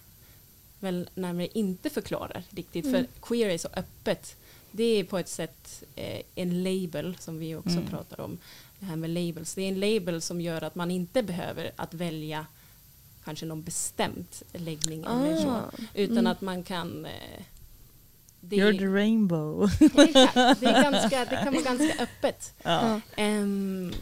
väl närmare inte förklarar riktigt, Mm. för queer är så öppet. Det är på ett sätt eh, en label som vi också Mm. pratar om. Det här med labels. Det är en label som gör att man inte behöver att välja kanske någon bestämt läggning eller så. Ah. Utan Mm. att man kan... Eh, det, You're the rainbow. exakt, det, är ganska, det kan vara ganska öppet. Ja. Ehm,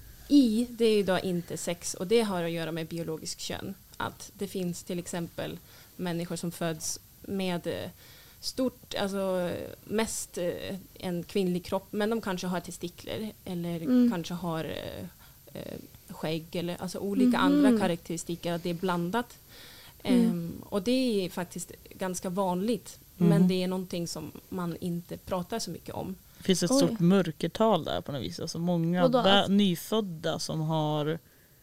I, det är ju då inte sex, och det har att göra med biologisk kön. Att det finns till exempel människor som föds med eh, stort, alltså mest eh, en kvinnlig kropp, men de kanske har testikler eller Mm. kanske har eh, eh, skägg eller alltså olika Mhm. andra karaktäristiker, att det är blandat. Mm. Ehm, och det är faktiskt ganska vanligt, Mhm. men det är någonting som man inte pratar så mycket om. Det finns ett Oj. stort mörkertal där på något vis. Alltså många Vadå? bä- nyfödda som har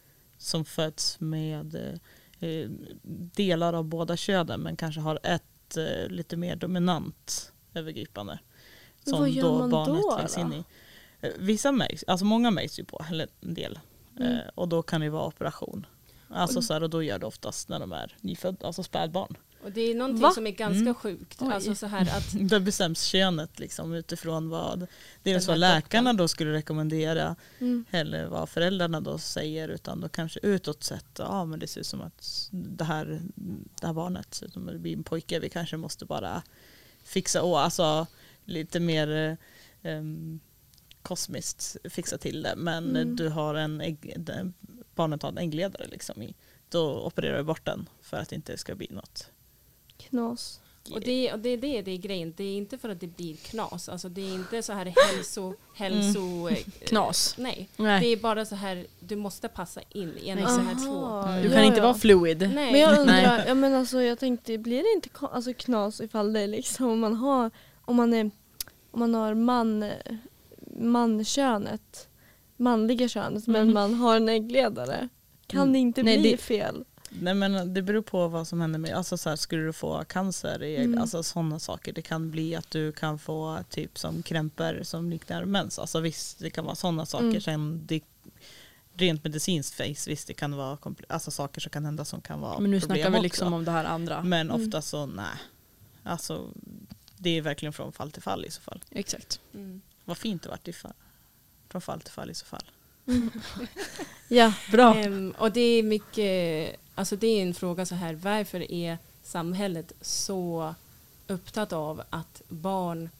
som föds med eh, delar av båda könen men kanske har ett eh, lite mer dominant övergripande. Men Som vad gör då man barnet då, läggs då? in i. Eh, Vissa märks, alltså många märks ju på, eller en del. Mm. Eh, och då kan det vara operation. Alltså Oj. så här, och då gör det oftast när de är nyfödda, alltså spädbarn. Och det är någonting Va? som är ganska Mm. sjukt. Oj. Alltså så här att Då bestäms könet liksom utifrån vad dels Den vad här läkarna doktorn. då skulle rekommendera Mm. eller vad föräldrarna då säger, utan då kanske utåt sett, ja men det ser ut som att det här, det här barnet ser ut som att det blir en pojke, vi kanske måste bara fixa, och alltså lite mer um, kosmiskt fixa till det, men Mm. du har en ägg, barnet har en äggledare liksom i, då opererar du bort den för att det inte ska bli något. Knas. och det, och det är det, det är grejen. Det är inte för att det blir knas. Alltså det är inte så här hälso... hälso eh, Knas. Nej. Nej. Det är bara så här, du måste passa in i en av de här två. Aha, Du ja, kan inte ja. vara fluid. Nej. Men jag undrar, Nej. ja, men alltså, jag tänkte, blir det inte ka- alltså, knas ifall det är liksom om man har, om man är, om man har man, mankönet, manliga könet, men Mhm. man har en äggledare? Kan Mm. det inte Nej, bli det- fel? Nej men det beror på vad som händer med, alltså så här, skulle du få cancer, i, Mm. alltså sådana saker. Det kan bli att du kan få typ som krämpor som liknar mens. Alltså visst, det kan vara sådana saker. Mm. Sen det, rent medicinskt face, visst det kan vara kompl- alltså saker som kan hända som kan vara Men nu problem snackar vi också. liksom om det här andra. Men Mm. ofta så nej. Alltså det är verkligen från fall till fall i så fall. Exakt. Mm. Vad fint det vart i fall. Från fall till fall i så fall. Ja. Bra. Ehm, och det är mycket, alltså det är en fråga så här, varför är samhället så upptatt av att barn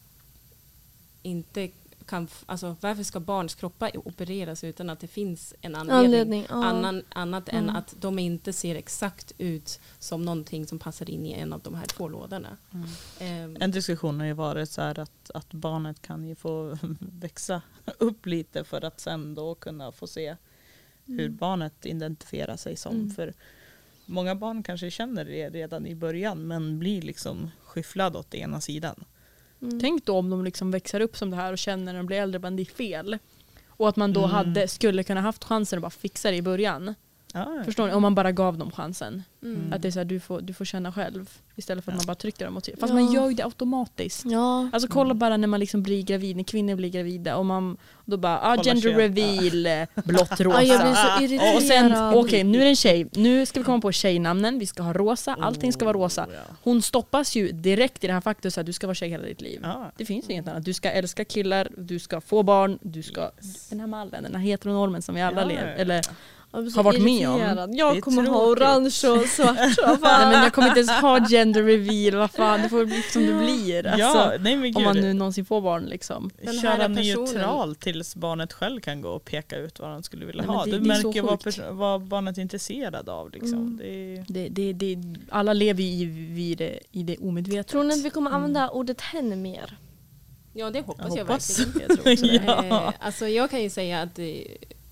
inte kan, f- alltså varför ska barns kroppar opereras utan att det finns en anledning? Anledning, ja. Annan, annat än Mm. att de inte ser exakt ut som någonting som passar in i en av de här två lådorna. Ehm, En diskussion har ju varit så här att, att barnet kan ju få växa upp lite för att sen då kunna få se hur barnet identifierar sig som. Mm. För många barn kanske känner det redan i början men blir liksom skyfflad åt ena sidan. Mm. Tänk då om de liksom växer upp som det här och känner när de blir äldre att det är fel. Och att man då Mm. hade, skulle kunna haft chansen att bara fixa det i början. Ja, ja. Förstår ni? Om man bara gav dem chansen. Mm. Att det är så här, du får, du får känna själv. Istället för att Ja. man bara trycker dem åt sig. Fast Ja. man gör ju det automatiskt. Ja. Alltså kolla bara när man liksom blir gravid, när kvinnor blir gravida och man då bara, ah, Kolla gender kön. reveal, eh, blått, rosa. Ja, jag blir så irriterad. Och sen, okej nu är det en tjej, nu ska vi komma på tjejnamnen, vi ska ha rosa, allting ska vara rosa. Oh, ja. Hon stoppas ju direkt i det här faktumet att du ska vara tjej hela ditt liv. Ja. Det finns ju inget annat, du ska älska killar, du ska få barn, du ska, den här mallen, den här heteronormen som vi alla Ja, lever, ja, ja. eller Jag blir så har varit med om. irriterad. Det Jag är kommer ha tråkigt. orange och svart. Vad nej fan? men jag kommer inte ens ha gender reveal, vad fan, det får bli som det blir. Alltså, Ja, nej men om man gud. nu någonsin får barn liksom. Den här Köra personen- neutral tills barnet själv kan gå och peka ut vad han skulle vilja Nej, men ha. det- Du det är så märker vad, sjukt. pers- vad barnet är intresserad av. Liksom. Mm. Det är... Det, det, det, alla lever ju i, vid det, i det omedvetet. Tror ni att vi kommer använda ordet hen mer? Ja, det hoppas Jag jag, hoppas. verkligen. Jag tror också det. Ja. Eh, alltså jag kan ju säga att eh,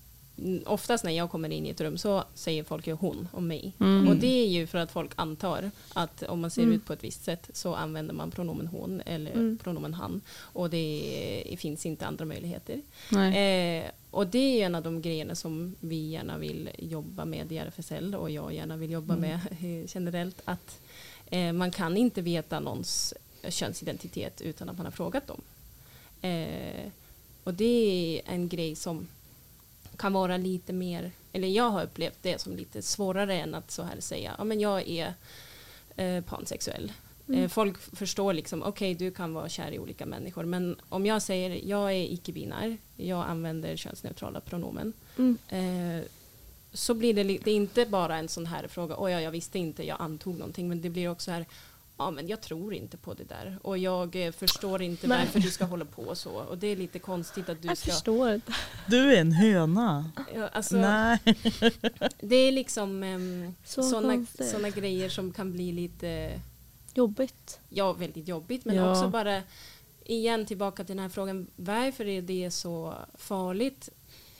oftast när jag kommer in i ett rum så säger folk ju hon om mig. Mm. Och det är ju för att folk antar att om man ser Mm. ut på ett visst sätt så använder man pronomen hon eller Mm. pronomen han. Och det finns inte andra möjligheter. Nej. Eh, och det är en av de grejerna som vi gärna vill jobba med i R F S L och jag gärna vill jobba Mm. med eh, generellt. Att eh, man kan inte veta någons könsidentitet utan att man har frågat dem. Eh, och det är en grej som kan vara lite mer, eller jag har upplevt det som lite svårare än att så här säga, ja men jag är eh, pansexuell. Mm. Eh, folk förstår liksom, okej okay, du kan vara kär i olika människor, men om jag säger jag är icke-binär, jag använder könsneutrala pronomen, Mm. eh, så blir det, li- det är inte bara en sån här fråga, oj ja, jag visste inte, jag antog någonting, men det blir också här, ja men jag tror inte på det där och jag eh, förstår inte Nej. varför du ska hålla på så, och det är lite konstigt att du Jag ska... förstår inte. Du är en höna. Ja, alltså, Nej. det är liksom um, Så sådana konstigt. såna grejer som kan bli lite, Jobbigt. ja väldigt jobbigt, men Ja. också bara igen tillbaka till den här frågan, varför är det så farligt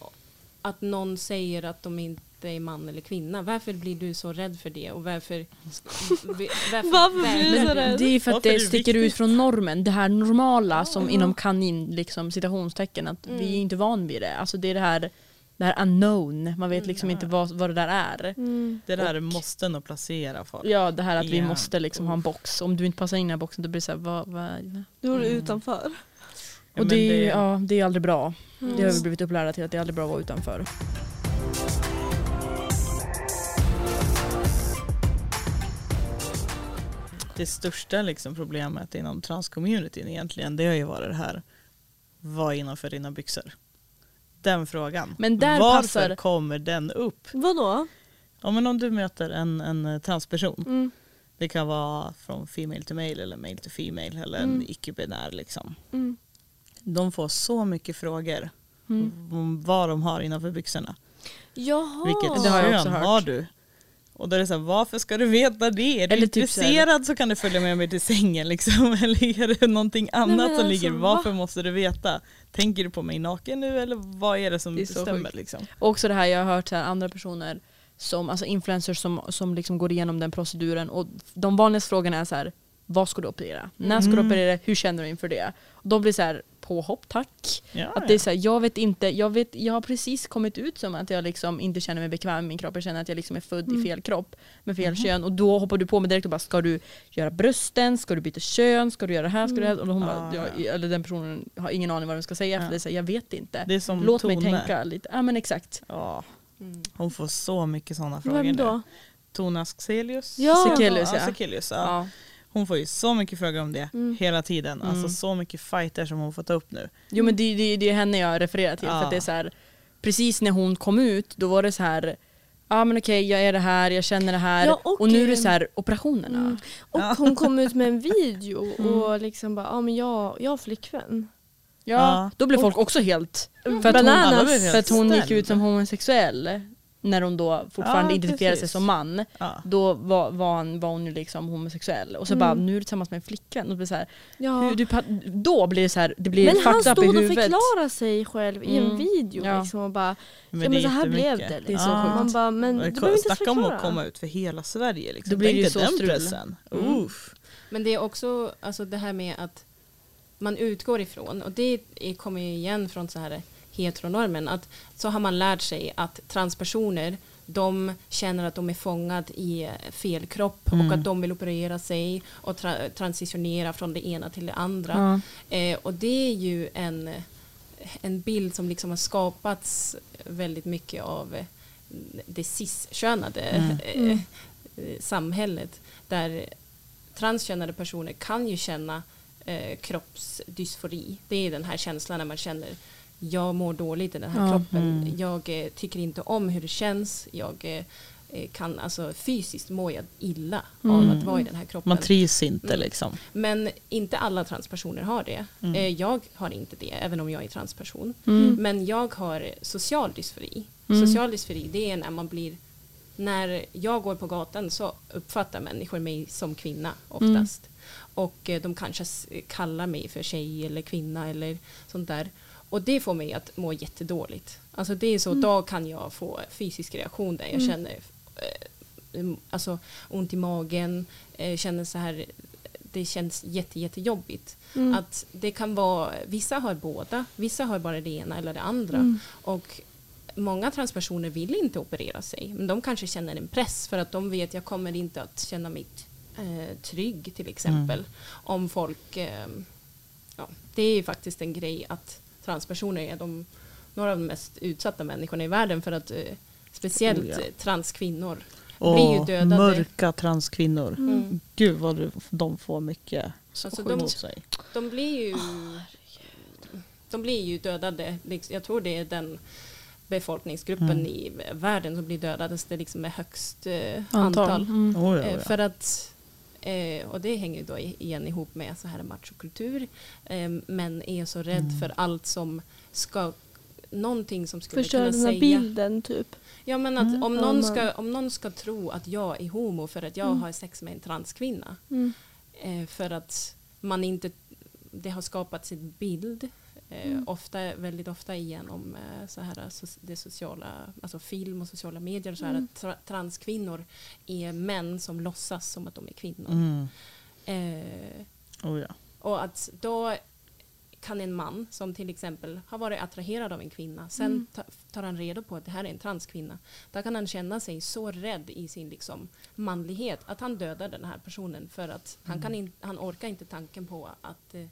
att någon säger att de inte är man eller kvinna? Varför blir du så rädd för det? Och varför... varför, Varför blir du så väljer rädd? Det är för att Varför är det det sticker viktigt? ut från normen. Det här normala som Ja. inom kanin, liksom, citationstecken, att Mm. vi är inte van vid det. Alltså det är det här, det här unknown. Man vet Mm. liksom inte vad, vad det där är. Mm. Det där Och- måste nog placera folk. Ja, det här att vi Ja. måste liksom ha en box. Om du inte passar in i den här boxen då blir det så här, vad, vad, vad? Du är Mm. utanför. Ja, Och men det, är ju- ja, det är aldrig bra. Mm. Det har vi blivit upplärda till, att det är aldrig bra att vara utanför. Det största liksom problemet inom transcommunityn egentligen, det har ju varit det här, vad är innanför dina byxor? Den frågan. Men där Varför passar- kommer den upp? Vadå? Ja, men om du möter en, en transperson, Mm. det kan vara från female to male eller male to female eller Mm. en icke-binär liksom. Mm. De får så mycket frågor Mm. om vad de har innanför byxorna. Jaha. Vilket Det har jag kön också hört. har du? Och då är det så här, varför ska du veta det? Är du Eller typ så här- intresserad så kan du följa med mig till sängen liksom. Eller är det någonting annat men som alltså, ligger? va? Varför måste du veta? Tänker du på mig naken nu eller vad är det som Det är så bestämmer sjukt. liksom? Och också det här, jag har hört så här, andra personer som, alltså influencers som, som liksom går igenom den proceduren, och de vanligaste frågorna är så här: vad ska du operera? När ska du Mm. operera? Hur känner du inför det? Och de blir så här, påhopp tack. Ja, Att det är så här, jag vet inte, jag, vet, jag har precis kommit ut som att jag liksom inte känner mig bekväm med min kropp. Jag känner att jag liksom är född Mm. i fel kropp med fel Mhm. kön. Och då hoppar du på mig direkt och bara, ska du göra brösten? Ska du byta kön? Ska du göra det här? Ska du göra det här? Och hon Ah, bara, ja. jag, eller den personen har ingen aning vad de ska säga. Ja. För det är så här, jag vet inte. det är som Låt Tone. mig tänka lite. Ja men exakt. Ja, Mm. hon får så mycket sådana frågor Vem då? nu. Tone Askelius. Ja. Sekelius, ja. ja. Sekelius, ja. Ja. Hon får ju så mycket frågor om det Mm. hela tiden. Alltså Mm. så mycket fighter som hon får ta upp nu. Jo men det, det, det är henne jag refererar till. För Ja. att det är så här, precis när hon kom ut, då var det så här, ja men okej jag är det här, jag känner det här. Ja, och, och nu är det eh, så här, operationerna. Mm. Och Ja. hon kom ut med en video Mm. och liksom bara, ja men jag, jag har flickvän. Ja, Ja. då blev folk också helt... Mm. För att hon, Bananas. alla blev helt för att hon gick ställd. ut som homosexuell när hon då fortfarande Ja, identifierade sig precis. som man. Ja. Då var, var, hon, var hon ju liksom homosexuell. Och så Mm. bara, nu är du tillsammans med en flickvän. Och det blir så här, Ja. hur, du, då blir det så här, det blir Men han fucked up i stod och huvudet. förklarade sig själv i en Mm. video Ja. liksom och bara, Men ja det men är så här blev jättemycket. det. Det är Liksom. så sjukt. Man bara, men du behöver inte Snacka om förklara. att komma ut för hela Sverige. Liksom. Då blir det ju Tänk så dig den strul. pressen. Mm. Uff. Men det är också alltså det här med att man utgår ifrån, och det är, kommer ju igen från så här heteronormen, att så har man lärt sig att transpersoner, de känner att de är fångade i fel kropp Mm. och att de vill operera sig och tra- transitionera från det ena till det andra. Ja. Eh, och det är ju en, en bild som liksom har skapats väldigt mycket av eh, det cis-könade Mm. eh, eh, samhället, där transkönade personer kan ju känna eh, kroppsdysfori. Det är den här känslan när man känner jag mår dåligt i den här Ja. kroppen. Mm. Jag eh, tycker inte om hur det känns. Jag eh, kan alltså fysiskt må jag illa Mm. av att vara i den här kroppen. Man trivs inte Mm. liksom. Men inte alla transpersoner har det. Mm. Eh, jag har inte det, även om jag är transperson. Mm. Men jag har social dysfori. Mm. Social dysfori, det är när man blir... När jag går på gatan så uppfattar människor mig som kvinna oftast. Mm. Och eh, de kanske s- kallar mig för tjej eller kvinna eller sånt där. Och det får mig att må jättedåligt. Alltså det är så, Mm. då kan jag få fysisk reaktion där jag Mm. känner eh, alltså ont i magen, eh, känner så här, det känns jätte, jättejobbigt. Mm. Att det kan vara, vissa har båda, vissa har bara det ena eller det andra. Mm. Och många transpersoner vill inte operera sig, men de kanske känner en press för att de vet jag kommer inte att känna mig eh, trygg till exempel. Mm. Om folk, eh, ja, det är ju faktiskt en grej att transpersoner är de, några av de mest utsatta människorna i världen, för att eh, speciellt Oh, ja. eh, transkvinnor blir ju Och dödade. mörka transkvinnor. Mm. Gud vad du, de får mycket Alltså, skit de- mot sig. De blir ju de blir ju dödade. Liksom, jag tror det är den befolkningsgruppen Mm. i världen som blir dödades det liksom med högst eh, Antal. antal. Mm. Oh, ja, Eh, ja. För att eh, och det hänger ju då i- igen ihop med så här machokultur. Eh, män är så rädd Mm. för allt som ska någonting som skulle Förstöra kunna den här säga. bilden typ. Ja, men att Mm. om, Ja, någon man- ska, om någon ska tro att jag är homo för att jag Mm. har sex med en transkvinna. Mm. Eh, för att man inte, det har skapats en bild. Eh, Mm. ofta, väldigt ofta genom eh, så här, so, det sociala, alltså film och sociala medier. Så här, Mm. att tra, transkvinnor är män som låtsas som att de är kvinnor. Mm. Eh, Oh, ja. och att då kan en man som till exempel har varit attraherad av en kvinna, sen Mm. ta, tar han reda på att det här är en transkvinna. Då kan han känna sig så rädd i sin liksom manlighet att han dödar den här personen, för att han, kan in, han orkar inte tanken på att eh,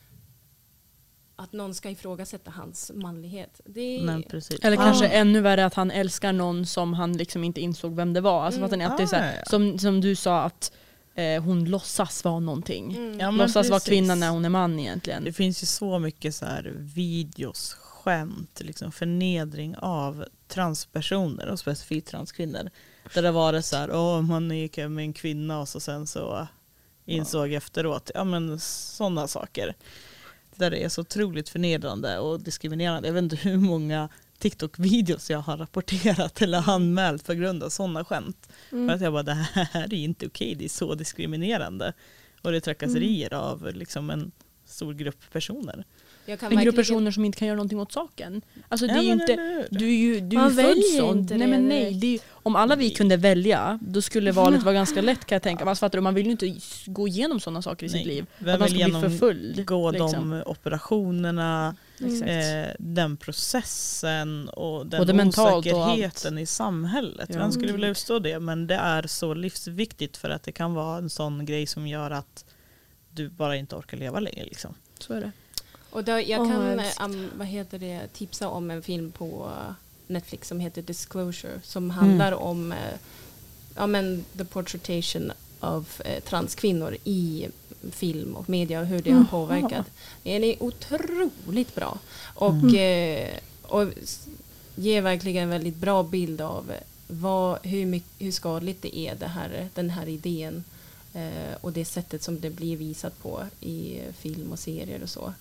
att någon ska ifrågasätta hans manlighet. Det är, Nej, precis. Eller Ja. kanske ännu värre att han älskar någon som han liksom inte insåg vem det var. Alltså Mm. fattar ni att det är så här, Ah, ja. som, som du sa att eh, hon låtsas vara någonting. Mm. Ja, men Låtsas vara precis. kvinna när hon är man egentligen. Det finns ju så mycket så här videos, skämt, liksom förnedring av transpersoner och specifikt transkvinnor. Där det var det så här, åh man gick med en kvinna och så sen så insåg efteråt, ja men sådana saker. Där det är så otroligt förnedrande och diskriminerande. Jag vet inte hur många TikTok-videos jag har rapporterat eller anmält på grund av sådana skämt. Mm. För att jag bara, det här är inte okej, det är så diskriminerande. Och det är trakasserier av liksom en stor grupp personer. Jag kan En grupp verkligen- personer som inte kan göra någonting åt saken. Alltså det Ja, är ju men inte, eller hur? du är ju, du är Man ju född väljer sån. inte Nej det men nej, direkt. det är, ju- om alla vi Nej. kunde välja, då skulle valet vara ganska lätt kan jag tänka. Alltså, fattar du, man vill ju inte gå igenom sådana saker i sitt Nej. liv. Vem Att man vill ska bli förföljd. genomgå liksom. de operationerna, Exakt. eh, den processen och den Både mentalt och osäkerheten i samhället. Ja. Vem skulle vilja utstå det? Men det är så livsviktigt för att det kan vara en sån grej som gör att du bara inte orkar leva längre. Liksom. Så är det. Och då, jag Åh, kan jag eh, älskar. um, vad heter det, tipsa om en film på uh, Netflix som heter Disclosure, som handlar om eh, ja, men the portraitation of eh, transkvinnor i film och media och hur det har Jaha. påverkat. Den är otroligt bra och, Mm. eh, och s- ger verkligen en väldigt bra bild av vad, hur, mycket, hur skadligt det är det här, den här idén eh, och det sättet som det blir visat på i film och serier och så.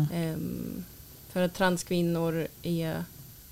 Ehm, för att transkvinnor är,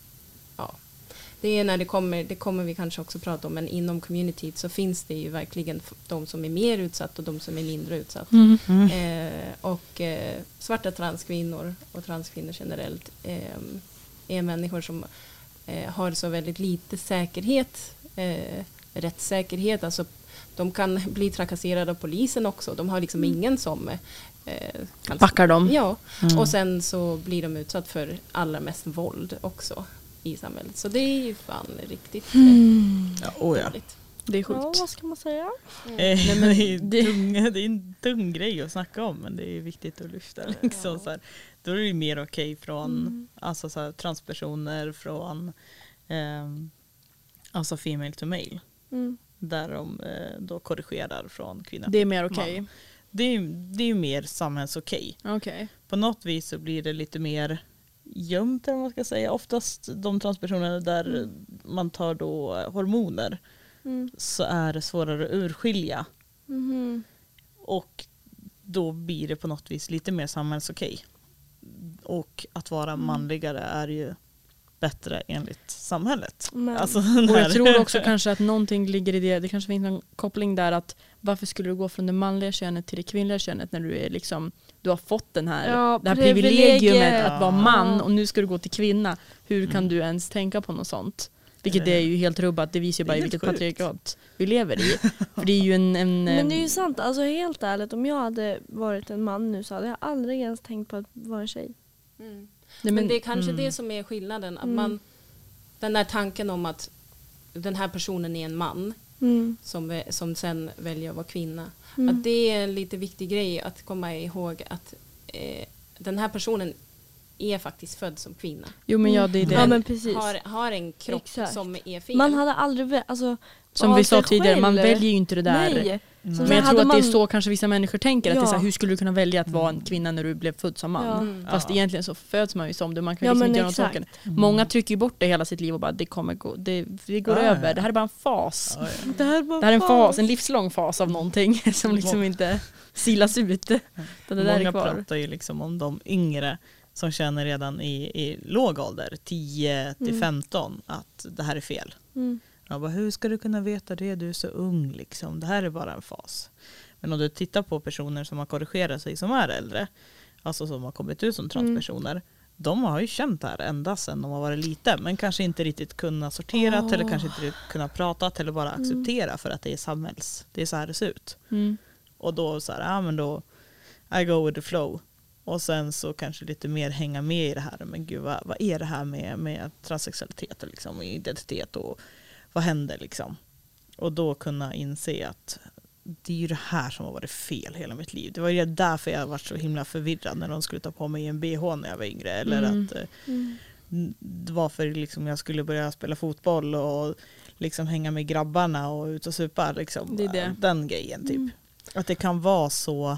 ja, det är när det kommer, det kommer vi kanske också prata om, men inom communityt så finns det ju verkligen f- de som är mer utsatta och de som är mindre utsatta. Mm. Eh, och eh, svarta transkvinnor och transkvinnor generellt eh, är människor som eh, har så väldigt lite säkerhet, eh, rättssäkerhet, alltså de kan bli trakasserade av polisen också. De har liksom ingen som eh, kan Backar dem. Ja, Mm. och sen så blir de utsatt för allra mest våld också. i samhället. Så det är ju fan riktigt Mm. Ja, oh ja. dåligt. Det är sjukt. Ja, vad ska man säga? Eh, Nej, men det, är det- tung, det är en tung grej att snacka om, men det är viktigt att lyfta. Liksom, så här. Då är det mer okej från Mm. alltså, så här, transpersoner, från ehm, alltså female to male. Mm. Där de eh, då korrigerar från kvinna. Det är mer okej. Man. Det är, det är ju mer samhällsokej. Okej. På något vis så blir det lite mer gömt, eller vad man ska säga. Oftast de transpersoner där Mm. man tar då hormoner Mm. så är det svårare att urskilja. Mhm. Och då blir det på något vis lite mer samhällsokej. Och att vara Mm. manligare är ju bättre enligt samhället. Men- Alltså, den Och här- jag tror också kanske att någonting ligger i det. Det kanske finns någon koppling där att varför skulle du gå från det manliga könet till det kvinnliga könet när du är liksom du har fått den här, Ja, det här privilegiet. privilegiumet att vara man Ja. och nu ska du gå till kvinna. Hur kan Mm. du ens tänka på något sånt? Vilket Eh, är ju helt rubbat. Det visar ju det är bara i helt vilket sjukt. patriarkat vi lever i. För det är ju en... en Men det är ju sant, alltså helt ärligt, om jag hade varit en man nu så hade jag aldrig ens tänkt på att vara en tjej. Mm. nej, Men, men- det är kanske mm. det som är skillnaden. Att Mm. man, den där tanken om att den här personen är en man Mm. som, vä- som sen väljer att vara kvinna. Mm. Att det är en lite viktig grej att komma ihåg att eh, den här personen är faktiskt född som kvinna. Jo men ja, det är det. Ja, men precis. Har, har en kropp Exakt. som är fel. Man hade aldrig, vä- alltså Som valt vi sa det tidigare, man själv. väljer ju inte det där. Nej. Mm. Så Men jag hade tror att det är man- så kanske vissa människor tänker. Att det är så här, Ja. hur skulle du kunna välja att vara en kvinna när du blev född som man? Ja. Mm. Fast Ja. egentligen så föds man ju som det. Man kan Ja, liksom men inte göra något exakt. saken. Mm. Många trycker ju bort det hela sitt liv och bara det kommer gå. Det, det går Ja, ja, över. ja. Det här är bara en fas. Ja, ja. Det här, var Det här är en fan- fas, en livslång fas av någonting som liksom inte silas ut. Det där är Många kvar. pratar ju liksom om de yngre som känner redan i, i låg ålder, tio till Mm. femton, att det här är fel. Mm. Jag bara, hur ska du kunna veta det? Du är så ung liksom. Det här är bara en fas. Men om du tittar på personer som har korrigerat sig som är äldre, alltså som har kommit ut som transpersoner, de har ju känt det här ända sedan de har varit lite, men kanske inte riktigt kunnat sortera Åh. eller kanske inte kunnat prata eller bara acceptera för att det är samhälls. Det är så här det ser ut. Mm. Och då så här, ja men då I go with the flow. Och sen så kanske lite mer hänga med i det här. Men gud, vad, vad är det här med, med transsexualitet och liksom, identitet och vad händer liksom? Och då kunna inse att det är ju det här som har varit fel hela mitt liv. Det var ju därför jag var så himla förvirrad när de skulle ta på mig en B H när jag var yngre. Eller Mm. att eh, Mm. det var för liksom jag skulle börja spela fotboll och liksom hänga med grabbarna och ut och supa. Liksom. Det är det. Den grejen typ. Mm. Att det kan vara så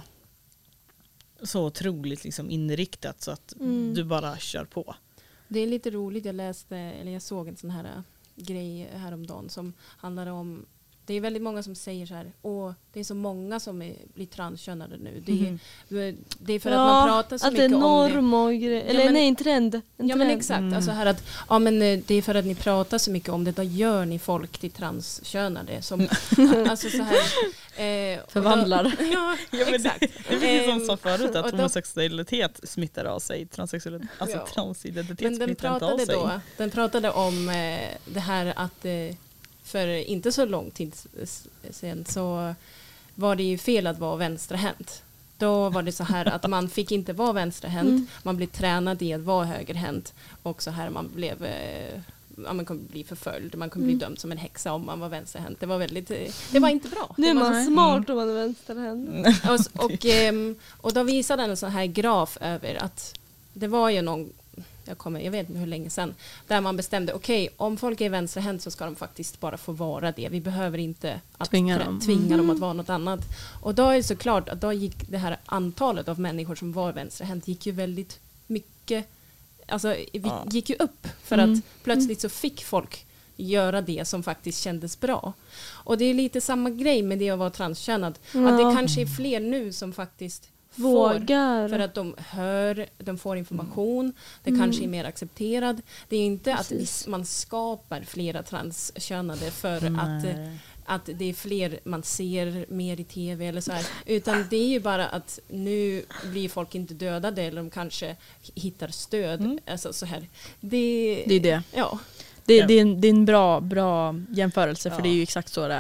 så otroligt liksom inriktat så att Mm. du bara kör på. Det är lite roligt, jag läste, eller jag såg en sån här äh, grej häromdagen som handlade om, det är väldigt många som säger så här, åh, det är så många som är, blir transkönade nu. Det är, Mhm. det är för att man pratar så att det är mycket om det. norm och grejer. Eller men- nej, en trend. En Ja men trend. exakt, Mm. alltså här att, ja men eh, det är för att ni pratar så mycket om det, då gör ni folk till transkönade. Som, alltså så här, eh, och då- Förvandlar. Ja, Ja, men exakt. Det, det finns som Ehm, sa förut att och då- homosexualitet smittar av sig. Transsexualitet, alltså Ja. transidentitet Men den smittar inte av pratade sig. då, den pratade om eh, det här att eh, för inte så lång tid s- sedan så var det ju fel att vara vänsterhänt. Då var det så här att man fick inte vara vänsterhänt, Mm. man blev tränad i att vara högerhänt och så här man blev eh, ja, man kunde bli förföljd, man kunde Mm. bli dömd som en häxa om man var vänsterhänt. Det var väldigt, eh, det var inte bra. Nu är Det var- man smart om man är vänsterhänt. och, och, ehm, och då visade den en sån här graf över att det var ju någon, jag, kommer, jag vet inte hur länge sedan, där man bestämde, okej, om folk är vänsterhänt så ska de faktiskt bara få vara det. Vi behöver inte att Tvinga trä- dem. tvinga dem Mhm. att vara något annat. Och då är det såklart att då gick det här antalet av människor som var vänsterhänt gick ju väldigt mycket, alltså vi Ja. gick ju upp för Mm. att plötsligt så fick folk göra det som faktiskt kändes bra. Och det är lite samma grej med det att vara transkönad. Ja. Att det kanske är fler nu som faktiskt får, Vågar. för att de hör, de får information, det Mm. kanske är mer accepterad. Det är inte att Precis. vi, man skapar flera transkönade för att, Nej. att det är fler man ser mer i tv eller så här. Utan det är ju bara att nu blir folk inte dödade eller de kanske hittar stöd. Mm. Alltså så här. Det, Det är det. Ja. Det, Ja. det, är en, det är en bra, bra jämförelse för Ja. det är ju exakt så det är.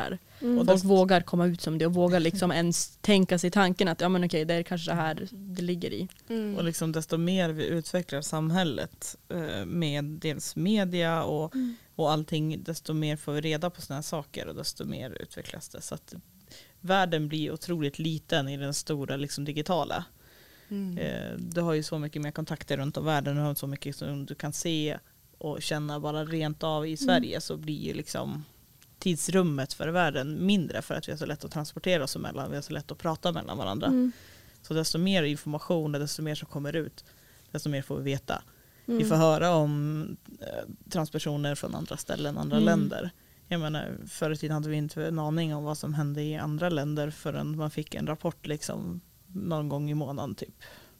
Mm. Och folk vågar komma ut som det och vågar liksom ens tänka sig tanken att ja men okej, det är kanske det här det ligger i. Mm. Och liksom desto mer vi utvecklar samhället eh, med dels media och, Mm. och allting, desto mer får vi reda på sådana här saker och desto mer utvecklas det. Så att världen blir otroligt liten i den stora liksom, digitala. Mm. Eh, du har ju så mycket mer kontakter runt om världen, du har så mycket som du kan se och känna bara rent av i Sverige, mm. så blir ju liksom tidsrummet för världen mindre för att vi har så lätt att transportera oss emellan, vi har så lätt att prata mellan varandra. Mm. Så desto mer information och desto mer som kommer ut, desto mer får vi veta. Mm. Vi får höra om eh, transpersoner från andra ställen, andra Mm. länder. Jag menar, förr i tiden hade vi inte en aning om vad som hände i andra länder förrän man fick en rapport liksom någon gång i månaden typ.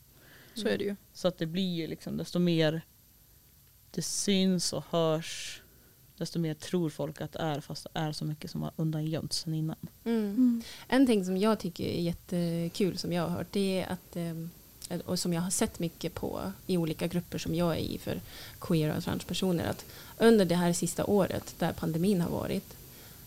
Så är det ju. Så att det blir ju liksom desto mer det syns och hörs, desto mer tror folk att det är, fast det är så mycket som har undangömts sen innan. Mm. Mm. En ting som jag tycker är jättekul som jag har hört, det är att eh, och som jag har sett mycket på i olika grupper som jag är i för queer och transpersoner, att under det här sista året där pandemin har varit,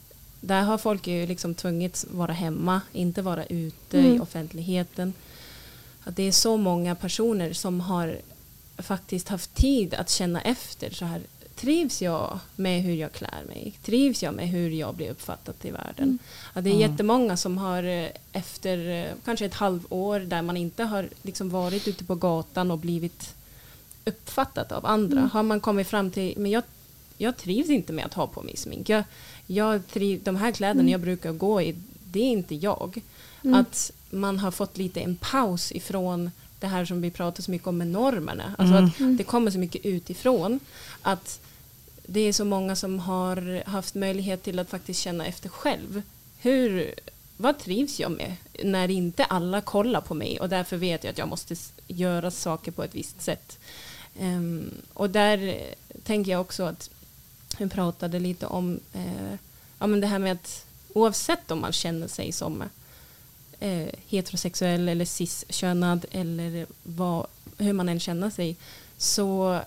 där har folk ju liksom tvungits vara hemma, inte vara ute Mm. i offentligheten. Att det är så många personer som har faktiskt haft tid att känna efter så här, trivs jag med hur jag klär mig? Trivs jag med hur jag blir uppfattad i världen? Mm. Att det är Mm. jättemånga som har eh, efter eh, kanske ett halvår där man inte har liksom varit ute på gatan och blivit uppfattat av andra. Mm. Har man kommit fram till, men jag, jag trivs inte med att ha på mig smink. Jag, jag triv, de här kläderna Mm. jag brukar gå i, det är inte jag. Mm. Att man har fått lite en paus ifrån det här som vi pratar så mycket om med normerna. Alltså Mm. att Mm. det kommer så mycket utifrån. Att det är så många som har haft möjlighet till att faktiskt känna efter själv. Hur, vad trivs jag med när inte alla kollar på mig och därför vet jag att jag måste s- göra saker på ett visst sätt. Ehm, och där eh, tänker jag också att vi pratade lite om eh, ja, men det här med att oavsett om man känner sig som eh, heterosexuell eller cis-könad eller vad, hur man än känner sig, så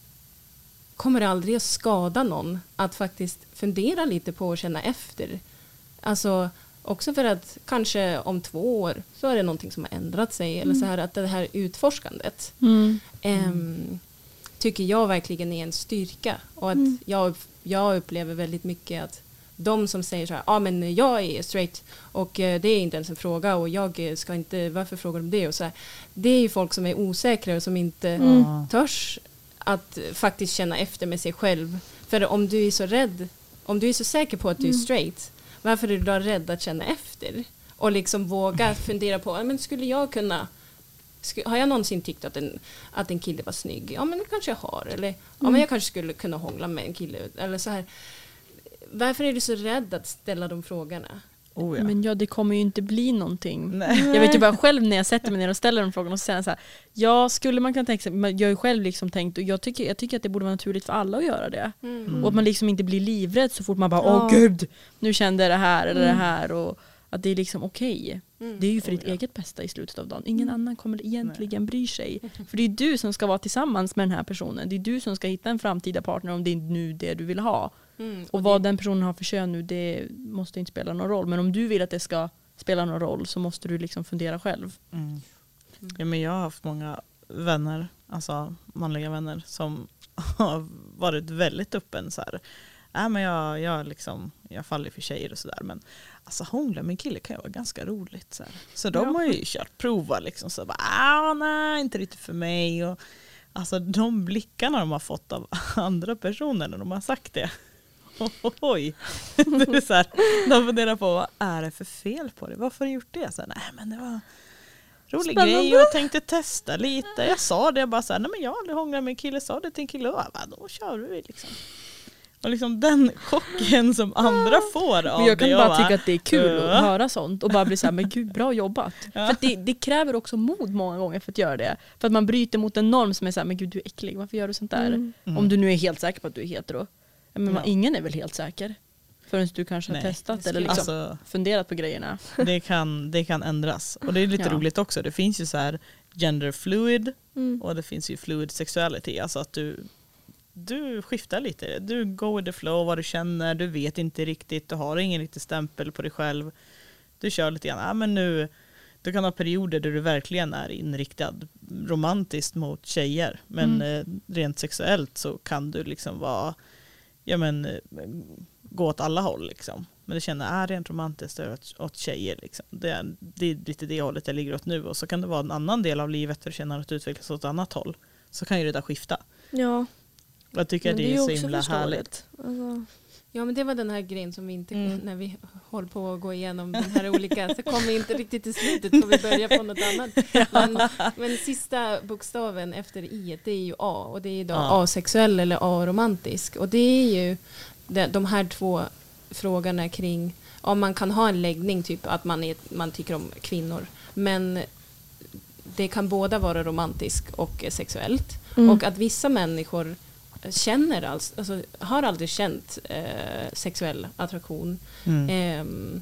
kommer det aldrig att skada någon att faktiskt fundera lite på och känna efter. Alltså också för att kanske om två år så är det någonting som har ändrat sig. Eller så här att det här utforskandet Mm. ehm, tycker jag verkligen är en styrka. Och att Mm. jag, jag upplever väldigt mycket att de som säger så här, ja ah, men jag är straight och eh, det är inte ens en fråga och jag eh, ska inte, varför frågar de det? Och så här, det är ju folk som är osäkra och som inte Mm. törs att eh, faktiskt känna efter med sig själv. För om du är så rädd, om du är så säker på att du är Mm. straight, varför är du då rädd att känna efter? Och liksom våga fundera på, men skulle jag kunna, sku, har jag någonsin tyckt att en, att en kille var snygg? Ja, men det kanske jag har. Eller ja, men jag kanske skulle kunna hångla med en kille. Eller så här. Varför är du så rädd att ställa de frågorna? Oh, ja. Men ja, det kommer ju inte bli någonting. Nej. Jag vet ju bara själv när jag sätter mig ner och ställer de frågorna och säger så här, ja, skulle man kunna tänka sig, men jag har ju själv liksom tänkt, och jag tycker, jag tycker att det borde vara naturligt för alla att göra det. Mm. Och att man liksom inte blir livrädd så fort man bara, Ja. åh gud, nu kände jag det här eller Mm. det här. Och att det är liksom okej. Mm. Det är ju för Oh, ditt ja. eget bästa i slutet av dagen. Ingen Mm. annan kommer egentligen bry sig. För det är du som ska vara tillsammans med den här personen. Det är du som ska hitta en framtida partner om det är nu det du vill ha. Mm. Och vad den personen har för kön nu, det måste inte spela någon roll. Men om du vill att det ska spela någon roll så måste du liksom fundera själv. Mm. Ja, men jag har haft många vänner, alltså manliga vänner, som har varit väldigt öppen så här. Äh, men jag, jag, liksom, jag faller för tjejer och sådär, men alltså hångla med en kille kan ju vara ganska roligt. Så, här. Så de Ja. har ju kört prova liksom, så bara, ah, nej, inte riktigt för mig. Och, alltså de blickarna de har fått av andra personer när de har sagt det. Oj. Det är så här, de funderar på, vad är det för fel på det? Varför har du gjort det? Så här, nej, men det var en rolig Spännande. grej och jag tänkte testa lite. Jag sa det, jag bara så här, nej men jag har aldrig hånglat med en kille, sa det till en kille och jag bara, då kör vi liksom. Och liksom den chocken som andra får av Men jag kan det. bara och tycka att det är kul "Äh." att höra sånt och bara bli så här, men gud, bra jobbat. Ja. För att det, det kräver också mod många gånger för att göra det. För att man bryter mot en norm som är så här, men gud, du är äcklig, varför gör du sånt där? Mm. Mm. Om du nu är helt säker på att du är hetero. Men man, Ja. ingen är väl helt säker förrän du kanske har Nej. testat eller liksom Alltså, funderat på grejerna. det, kan, det kan ändras. Och det är lite Ja. roligt också. Det finns ju så här gender fluid Mm. och det finns ju fluid sexuality. Alltså att du du skiftar lite. Du go with the flow, vad du känner. Du vet inte riktigt. Du har ingen riktig stämpel på dig själv. Du kör lite grann. Ja, men nu, du kan ha perioder där du verkligen är inriktad romantiskt mot tjejer. Men mm. eh, rent sexuellt så kan du liksom vara, ja men, gå åt alla håll liksom. Men det känner är rent romantiskt åt, åt tjejer. Liksom. Det, är, det är lite det hållet jag ligger åt nu. Och så kan det vara en annan del av livet där du känner att du utvecklas åt ett annat håll. Så kan ju det där skifta. Ja. Jag tycker men det, det är, är så också himla förståeligt. härligt. Alltså. Ja, men det var den här grejen som vi inte, Mm. när vi håller på att gå igenom de här olika, så kom vi inte riktigt till slutet så vi börjar på något annat. Men, men sista bokstaven efter i, det är ju A, och det är då Ja. asexuell eller aromantisk. Och det är ju de, de här två frågorna kring om man kan ha en läggning, typ att man, är, man tycker om kvinnor, men det kan båda vara romantisk och sexuellt. Mm. Och att vissa människor känner alltså, alltså har aldrig känt eh, sexuell attraktion. Mm. Eh,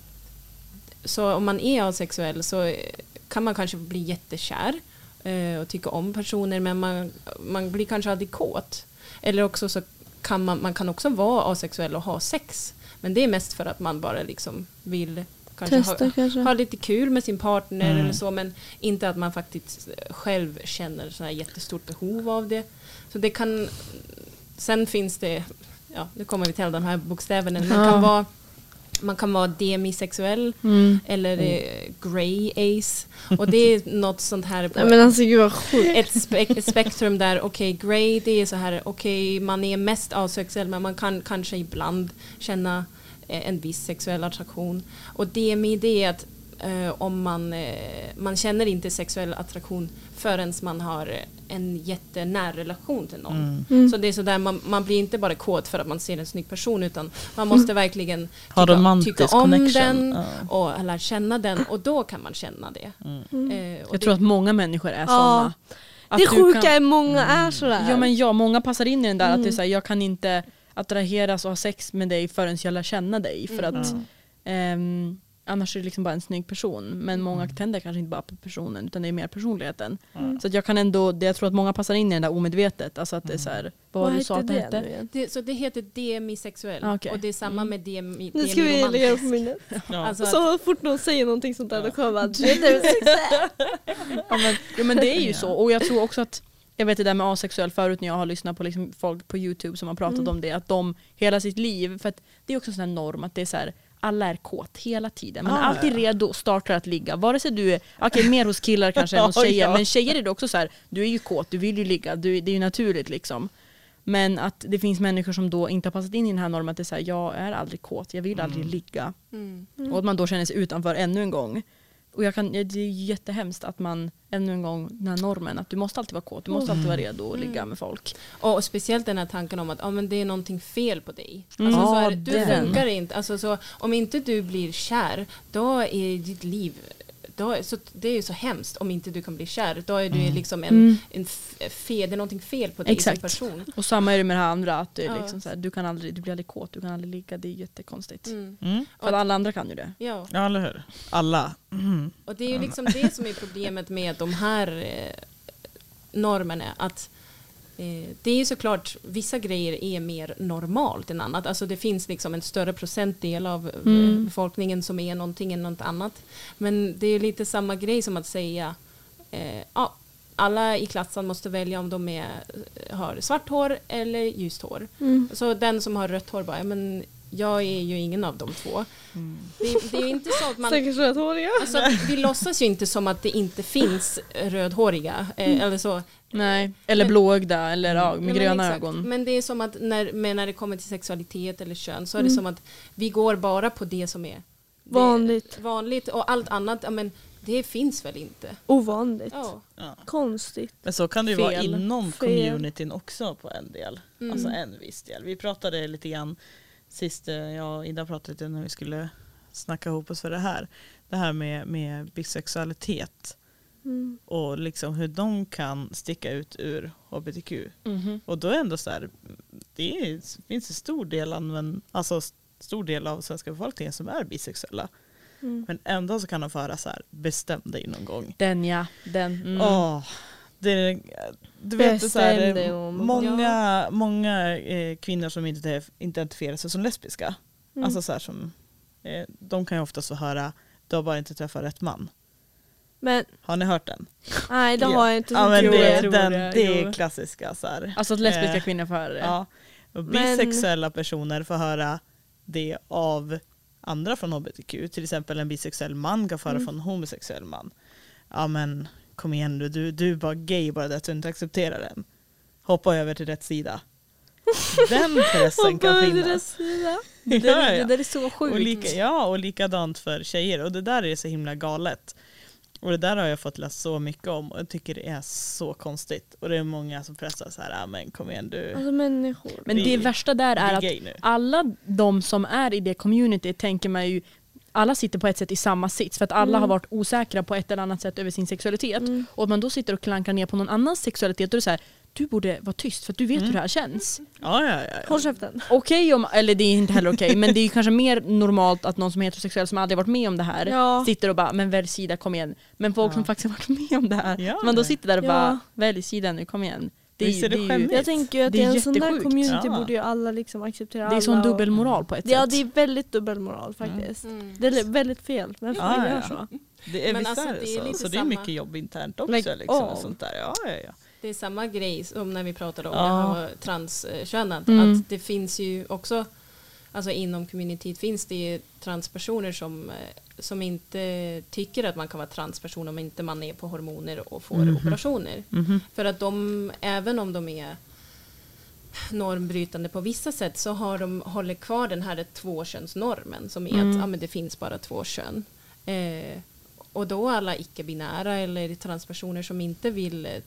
så om man är asexuell så kan man kanske bli jättekär eh, och tycka om personer, men man, man blir kanske aldrig kåt. Eller också så kan man, man kan också vara asexuell och ha sex, men det är mest för att man bara liksom vill kanske Testa, ha, kanske. ha lite kul med sin partner Mm. eller så, men inte att man faktiskt själv känner så här jättestort behov av det. Så det kan, sen finns det, ja, nu kommer vi till de här bokstäverna, man Ja. kan vara man kan vara demisexuell Mm. eller eh, grey ace, och det är något sånt här på Nej, men alltså gud vad sjukt. ett, spe- ett spektrum där, okej, okay, grey, det är så här, okej, okay, man är mest asexuell, men man kan kanske ibland känna eh, en viss sexuell attraktion. Och demi, det är att eh, om man, eh, man känner inte sexuell attraktion förrän man har en jättenär relation till någon. Mm. Mm. Så det är så där, man, man blir inte bara kåt för att man ser en snygg person, utan man måste verkligen Ha tycka, romantisk tycka om connection. den Ja. och lära känna den, och då kan man känna det. Mm. Eh, och Jag det, tror att många människor är Ja. sådana. Att Det du sjuka kan- är många är sådär. Ja men ja, många passar in i den där att det är Mm. så här, jag kan inte attraheras och ha sex med dig förrän jag lär känna dig. För Mm. att Ja. ehm, annars är det liksom bara en snygg person. Men många tänder kanske inte bara på personen, utan det är mer personligheten. Mm. Så att jag kan ändå, det, jag tror att många passar in i den där omedvetet. Alltså att det är så här, vad var det du sa att det nu hette? igen? det, så det heter demisexuell, Ah, okej. och det är samma Mm. med demi, Nu ska vi lägga upp demiromantisk. minnet. Ja. Alltså att, Så fort någon säger någonting sånt där, då kommer man Ja men, ja, men det är ju så. Och jag tror också att, jag vet det där med asexuell förut när jag har lyssnat på liksom folk på YouTube som har pratat Mm. om det, att de hela sitt liv, för att det är också en sån här norm att det är så här, alla är kåt hela tiden. Man är Ah, alltid ja. redo och startar att ligga. Vare sig du är, okej mer hos killar kanske än hos tjejer, Ja. men tjejer är det också så här, du är ju kåt, du vill ju ligga, du, det är ju naturligt liksom. Men att det finns människor som då inte har passat in i den här normen att det är så här, jag är aldrig kåt, jag vill aldrig Mm. ligga. mm. Och att man då känner sig utanför ännu en gång. Och jag kan, det är jättehemskt att man ännu en gång, den här normen, att du måste alltid vara kåt, du måste alltid vara redo att ligga Mm. med folk. Och, och speciellt den här tanken om att ah, men det är någonting fel på dig. Mm. Alltså, så Ja, är det, du den. funkar inte. Alltså, så, om inte du blir kär, då är ditt liv, då, så, det är ju så hemskt om inte du kan bli kär. Då är du Mm. liksom en, Mm. en f- fel, det är någonting fel på dig Exakt. som person. Och samma är det med det här andra, att du, är Ja. liksom så här, du, kan aldrig, du blir aldrig kåt, du kan aldrig ligga, det är jättekonstigt. Mm. Mm. För att alla andra kan ju det. Ja. Ja, eller hur? Alla. Mm. Och det är ju liksom det som är problemet med de här eh, normerna. Att eh, det är ju såklart, vissa grejer är mer normalt än annat. Alltså det finns liksom en större procentdel av eh, Mm. befolkningen som är någonting än något annat. Men det är ju lite samma grej som att säga eh, ja, alla i klassen måste välja om de är, har svart hår eller ljust hår. Mm. Så den som har rött hår bara, ja, men jag är ju ingen av de två. Mm. Det, det är ju inte så att man... Stackars rödhåriga. Alltså, vi låtsas ju inte som att det inte finns rödhåriga. Eh, eller så. Nej, eller Men- blåögda, eller ja, med Nej, men gröna exakt. ögon. Men det är som att när, men när det kommer till sexualitet eller kön, så är det Mm. som att vi går bara på det som är det, Vanligt. vanligt, och allt annat, ja, men det finns väl inte. Ovanligt. Ja. Ja. Konstigt. Men så kan det ju vara Fel. inom Fel. communityn också på en del. Mm. Alltså en viss del. Vi pratade lite grann sist, eh, jag och Ida pratade lite när vi skulle snacka ihop oss för det här. Det här med, med bisexualitet Mm. och liksom hur de kan sticka ut ur H B T Q. Mhm. Och då är ändå så här, det är, finns en stor del, använd, alltså stor del av svenska befolkningen som är bisexuella. Mm. Men ändå så kan de föra så här, bestäm dig någon gång. Den ja, den. Mm. Åh, det, du vet det så här, det om- många, många eh, kvinnor som inte identifierar sig som lesbiska. Mm. Alltså så här som, eh, de kan ju oftast få höra, du har bara inte träffat rätt man. Men Har ni hört den? nej, det Ja. har jag inte. Ja, men Jo, det, jag är tror den, det, det är jo. klassiska. Så här. Alltså att lesbiska Eh, kvinnor får höra det. Ja. Och Men- bisexuella personer får höra det av andra från H B T Q. Till exempel en bisexuell man kan få höra Mm. från en homosexuell man. Ja men kom igen du, du, du är bara gay bara det att du inte accepterar den. Hoppa över till rätt sida. Den pressen kan finnas. Det, Ja, ja. det där är så Och sjukt. lika, ja, och likadant för tjejer. Och det där är så himla galet. Och det där har jag fått läsa så mycket om. Och jag tycker det är så konstigt. Och det är många som pressar så här, ah, men kom igen du. Alltså människor. Men Vi- det värsta där vi är är att gay nu. alla de som är i det communityt tänker man ju, alla sitter på ett sätt i samma sits för att alla Mm. har varit osäkra på ett eller annat sätt över sin sexualitet. Mm. Och att man då sitter och klankar ner på någon annans sexualitet, då är det så här, du borde vara tyst för att du vet Mm. hur det här känns. Ja, ja, ja, ja. Håll käften. Okej om, eller det är inte heller okej, men det är ju kanske mer normalt att någon som är heterosexuell som aldrig varit med om det här Ja. sitter och bara, men välj sida, kom igen. Men folk Ja. som faktiskt har varit med om det här, Ja. man då sitter där och Ja. bara, välj sida nu, kom igen. Det är, Visst är det det är ju, skämmigt? Jag tänker ju att Det i är en sån där jättesjukt. community Ja. borde ju alla liksom acceptera det är sån alla och- dubbelmoral på ett Ja, sätt. det är väldigt dubbelmoral faktiskt. Mm. Det är väldigt fel. Vem fan Ja, ja, gör ja. så? Det är, Men visst alltså, är det, det är så. lite Så det är samma- mycket jobb internt också. Like, liksom, oh. och sånt där. Ja, ja, ja. Det är samma grej som när vi pratade om Ja. när han var transkönad. Mm. Att det finns ju också, alltså inom communityt finns det ju transpersoner som, eh, som inte tycker att man kan vara transperson om inte man är på hormoner och får Mhm. operationer. Mhm. För att de, även om de är normbrytande på vissa sätt så har de håller kvar den här tvåkönsnormen som är Mm. att ja, men det finns bara två kön. Eh, och då alla icke-binära eller transpersoner som inte vill eh,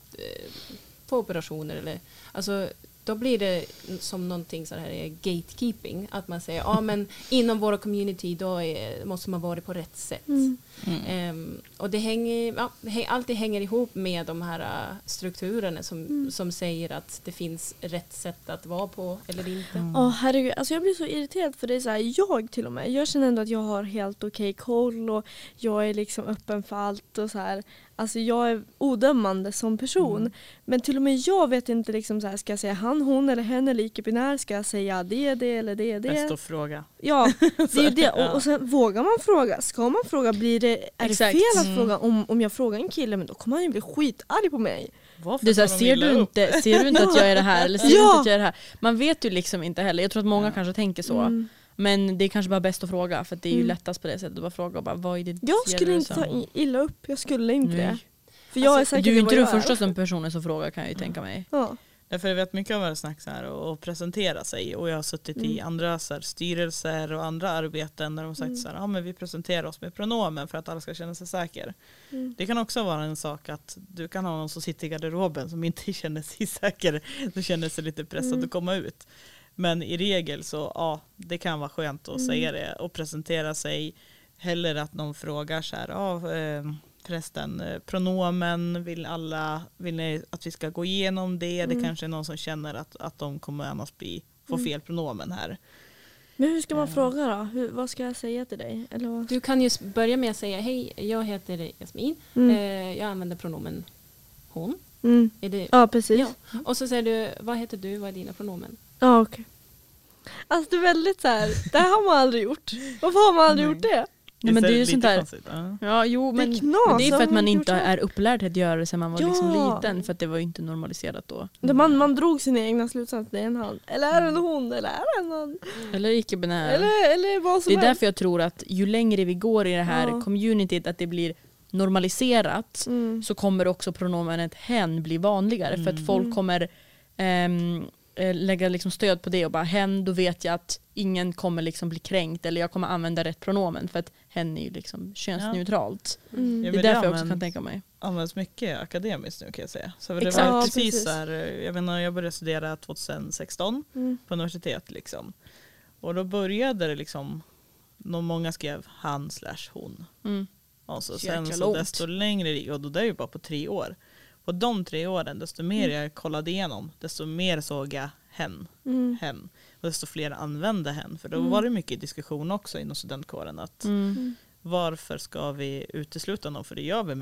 få operationer eller alltså då blir det som någonting så här eh, gatekeeping att man säger ja men inom våra community då är, måste man vara på rätt sätt. Mm. Mm. Ehm, och det hänger, ja, det häng, alltid hänger ihop med de här uh, strukturerna som, Mm. som säger att det finns rätt sätt att vara på eller inte. Mm. Åh herregud, alltså jag blir så irriterad för det är så här, jag till och med, jag känner ändå att jag har helt okej koll och jag är liksom öppen för allt och så här. Alltså jag är odömande som person. Mm. Men till och med jag vet inte liksom så här, ska jag säga han, hon eller hen eller icke-binär, ska jag säga det, det eller det, det. Bäst att fråga. Ja, det är ju det. Ja. Och, och sen vågar man fråga, ska man fråga, blir det, är Exakt. det fel att Mm. fråga? Om, om jag frågar en kille, men då kommer han ju bli skitarg på mig. Varför Det är så här, tar de ser, illa du upp? inte, ser du inte att jag är det här? Eller ser du Ja! inte att jag är det här? Man vet ju liksom inte heller. Jag tror att många Ja. kanske tänker så. Mm. Men det är kanske bara bäst att fråga. För att det är ju Mm. lättast på det sättet att bara fråga. Och bara, vad är det, Jag ser skulle du inte som- ta i- illa upp, jag skulle inte Nej. det. För jag är Alltså, säker Du är på inte vad den jag är. första som personen som frågar kan jag ju tänka mig. Ja. Därför jag vet mycket av att snack så här och, och presentera sig och jag har suttit i Mm. andra så här, styrelser och andra arbeten där de har sagt Mm. så här, ja men vi presenterar oss med pronomen för att alla ska känna sig säker. Mm. Det kan också vara en sak att du kan ha någon som sitter i garderoben som inte känner sig säker, som känner sig lite pressad Mm. att komma ut. Men i regel så ja, det kan vara skönt att Mm. säga det och presentera sig. Heller att någon frågar så här, ja eh, förresten, eh, pronomen, vill alla, vill ni att vi ska gå igenom det? Det Mm. kanske är någon som känner att, att de kommer annars bli, få Mm. fel pronomen här. Men hur ska man Ja. fråga då? Hur, vad ska jag säga till dig? Eller vad? Du kan ju s- börja med att säga hej, jag heter Jasmin. Mm. Eh, jag använder pronomen hon. Mm. Är det, Ja, precis. ja. Ja, Och så säger du, vad heter du, vad är dina pronomen? ja okej. Alltså det är väldigt så här, det här har man aldrig gjort. Varför har man aldrig Nej. gjort det? Nej, men Visst det är ju lite sånt där. konstigt? Ja. Ja, jo, men, det är men knas. det är Har för att man gjort inte så? är upplärd till att göra det sedan man var liksom Ja. liten. För att det var ju inte normaliserat då. Det Man, man drog sina egna slutsatser. Det är en han. Eller är det en hon? Eller är det en han? Eller icke-binär. Eller, eller vad som Det är helst. därför jag tror att ju längre vi går i det här Ja. communityt, att det blir normaliserat, Mm. så kommer också pronomenet hen bli vanligare. För att Mm. folk Mm. kommer ehm, eh, lägga liksom stöd på det och bara hen, då vet jag att ingen kommer liksom bli kränkt eller jag kommer använda rätt pronomen för att hen är ju liksom könsneutralt. Mm. Ja, Det är men därför jag också använd- kan tänka mig. används mycket akademiskt nu kan jag säga. Så det Exakt. var Ja, precis precis. så här, jag menar jag började studera tjugohundrasexton Mm. på universitet liksom. Och då började det liksom, någon många skrev han slash hon. Mm. Och så, Jäkla sen så långt. desto längre det gick, och då det är ju bara på tre år. På de tre åren, desto mer jag kollade igenom, desto mer såg jag hen, Mm. hen. Och desto fler använde hen. För då Mm. var det mycket diskussion också inom studentkåren att Mm. Mm. varför ska vi utesluta någon? För det gör vi med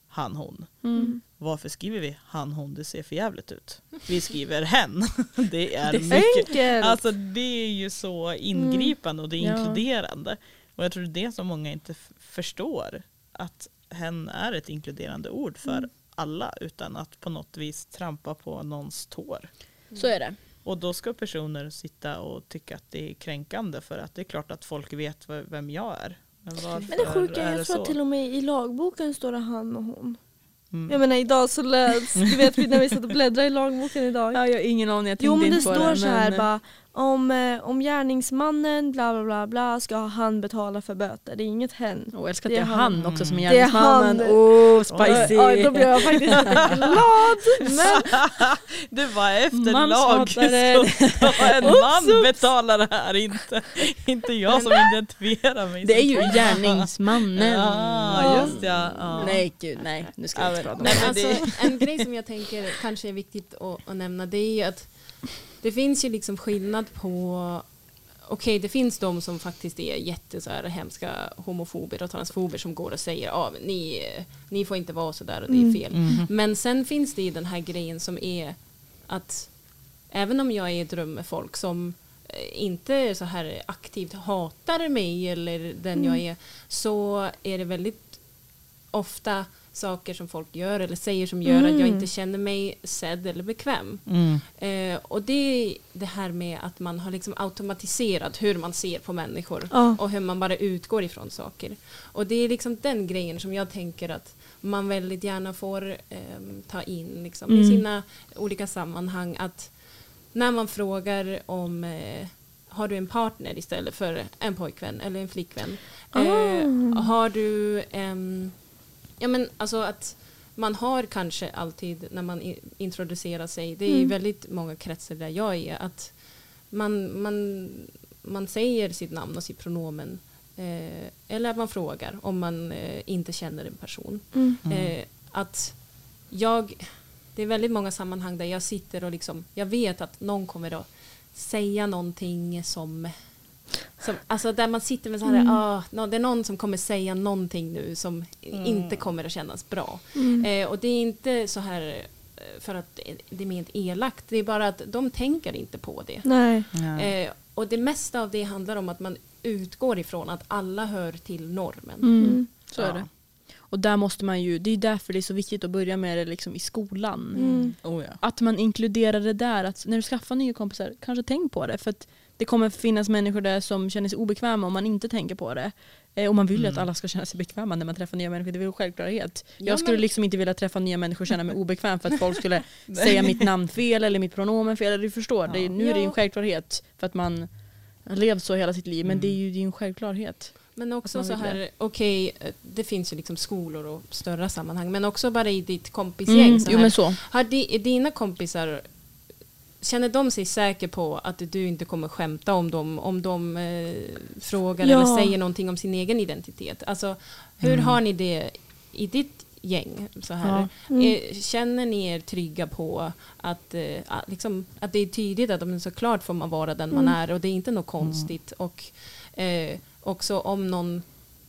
han, hon. Mm. Varför skriver vi han, hon? Det ser för jävligt ut. Vi skriver hen. Det är, Det är mycket. enkelt. Alltså det är ju så ingripande och det är Ja. inkluderande. Och jag tror det är det som många inte f- förstår. Att hen är ett inkluderande ord för Mm. alla utan att på något vis trampa på någons tår. Så är det. Och då ska personer sitta och tycka att det är kränkande för att det är klart att folk vet v- vem jag är. Men, varför Men det sjuka är, är det jag tror så? att till och med i lagboken står det han och hon. Mm. Jag menar idag så läs, du vet när vi satt och bläddrade i lagboken idag. Ja, jag har ingen aning, jag Jo men tänkte det inte på står så här men- bara om, eh, om gärningsmannen bla bla bla bla ska han betala för böter. Det är inget hen. Åh, jag älskar att Det det är är han han. också som är Det är gärningsmannen. han. Åh, spicy! Oj, då blir jag faktiskt lite glad. Men Det var efter lag Manshatare. så en man betalar det här, inte, inte jag som identifierar mig. Det är som ju kvinna. gärningsmannen. Ja, just ja. ja. Nej gud, nej. Nu ska jag inte Ja, prata om men- det. Nej, Men men alltså, en grej som jag tänker kanske är viktigt att, att nämna, det är ju att det finns ju liksom skillnad på, okej det finns de som faktiskt är jätte så här hemska homofober och transfober som går och säger ah, ni, ni får inte vara så där och det är Mm. fel. Mm. Men sen finns det ju den här grejen som är att även om jag är ett rum med folk som eh, inte så här aktivt hatar mig eller den jag är, så är det väldigt ofta saker som folk gör eller säger som gör Mm. att jag inte känner mig sedd eller bekväm. Mm. Eh, och det är det här med att man har liksom automatiserat hur man ser på människor Ja. och hur man bara utgår ifrån saker. Och det är liksom den grejen som jag tänker att man väldigt gärna får eh, ta in liksom, i Mm. sina olika sammanhang, att när man frågar om eh, har du en partner istället för en pojkvän eller en flickvän? Eh, Ah. har du en... Ja, men alltså att man har kanske alltid när man i- introducerar sig, det är Mm. ju väldigt många kretsar där jag är, att man, man, man säger sitt namn och sitt pronomen eh, eller att man frågar om man eh, inte känner en person. Mm. Eh, att jag, det är väldigt många sammanhang där jag sitter och liksom, jag vet att någon kommer att säga någonting som, som alltså där man sitter med så här, Mm. ah, no, det är någon som kommer säga någonting nu som Mm. inte kommer att kännas bra. Mm. Eh, och det är inte så här eh, för att det är mer elakt, det är bara att de tänker inte på det. Nej. Ja. Eh, och det mesta av det handlar om att man utgår ifrån att alla hör till normen. Mm. Så är Ja. det. Och där måste man ju, det är därför det är så viktigt att börja med det liksom i skolan. Mm. Oh, ja. Att man inkluderar det där, att när du skaffar nya kompisar, kanske tänk på det. För att det kommer finnas människor där som känner sig obekväma om man inte tänker på det. Eh, och man vill ju Mm. att alla ska känna sig bekväma när man träffar nya människor, det är väl en självklarhet. Ja, Jag skulle men- liksom inte vilja träffa nya människor och känna mig obekväm för att folk skulle säga mitt namn fel eller mitt pronomen fel. Eller du förstår, det är, nu är det ju en Ja. självklarhet för att man har levt så hela sitt liv. Men Mm. det är ju det är ju en självklarhet. Men också man så vill här, okej, eh, det finns ju liksom skolor och större sammanhang, men också bara i ditt kompisgäng. Mm, så jo här. men så. Har di, dina kompisar, känner de sig säkra på att du inte kommer skämta om dem, om de eh, frågar Ja. eller säger någonting om sin egen identitet? Alltså, hur Mm. har ni det i ditt gäng? Så här? Ja. Mm. Eh, känner ni er trygga på att, eh, att liksom, att det är tydligt att men såklart får man vara den man Mm. är och det är inte något konstigt. Och eh, också om någon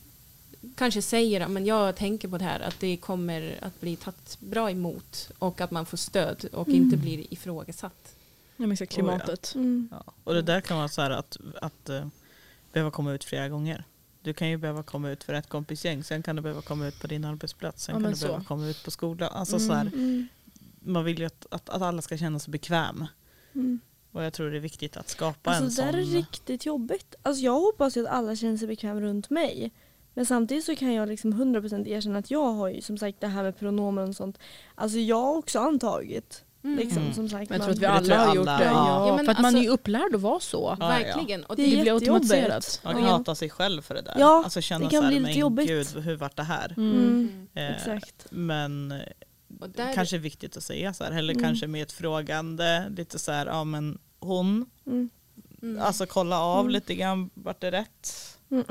kanske säger att jag tänker på det här, att det kommer att bli tagit bra emot och att man får stöd och Mm. inte blir ifrågasatt. Ja, men exakt, klimatet. Mm. Ja. Och det där kan vara så här att, att uh, behöva komma ut flera gånger. Du kan ju behöva komma ut för ett kompisgäng, sen kan du behöva komma ut på din arbetsplats, sen Ja, kan men du så. behöva komma ut på skolan. Alltså Mm. så här, Mm. man vill ju att, att, att alla ska känna sig bekväm. Mm. Och jag tror det är viktigt att skapa en Alltså det sån... där är riktigt jobbigt. Alltså jag hoppas ju att alla känner sig bekväm runt mig. Men samtidigt så kan jag liksom hundra procent erkänna att jag har ju som sagt det här med pronomen och sånt. Alltså jag har också antagit. Liksom, Mm. som sagt, Men jag man- tror att vi Det alla tror jag har gjort alla det. har. Ja, Ja, men för att man alltså- är ju upplärd att vara så. Ja, Verkligen. Och Det Det är blir jättejobbigt. automatiserat. Man kan Ja. hata sig själv för det där. Ja, alltså känna det kan så här, bli lite men jobbigt. gud, hur vart det här? Mm. Mm. Eh, Exakt. Men eh, Och där, kanske är viktigt att säga så här, eller Mm. kanske med ett frågande, lite så här, ja men hon, Mm. mm. alltså kolla av Mm. lite grann, vart det rätt? Mm.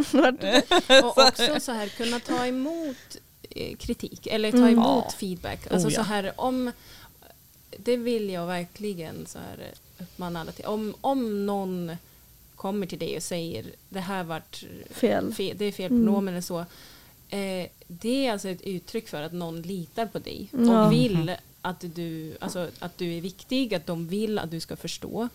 och också så här kunna ta emot eh, kritik eller ta Mm. emot Ja. feedback. Alltså Oh, ja. så här om det vill jag verkligen så här uppmana alla till. Om, om någon kommer till dig och säger det här vart Fel. fel, det är fel Mm. pronomen eller så. Eh, det är alltså ett uttryck för att någon litar på dig Ja. och vill att du, alltså, att du är viktig, att de vill att du ska förstå.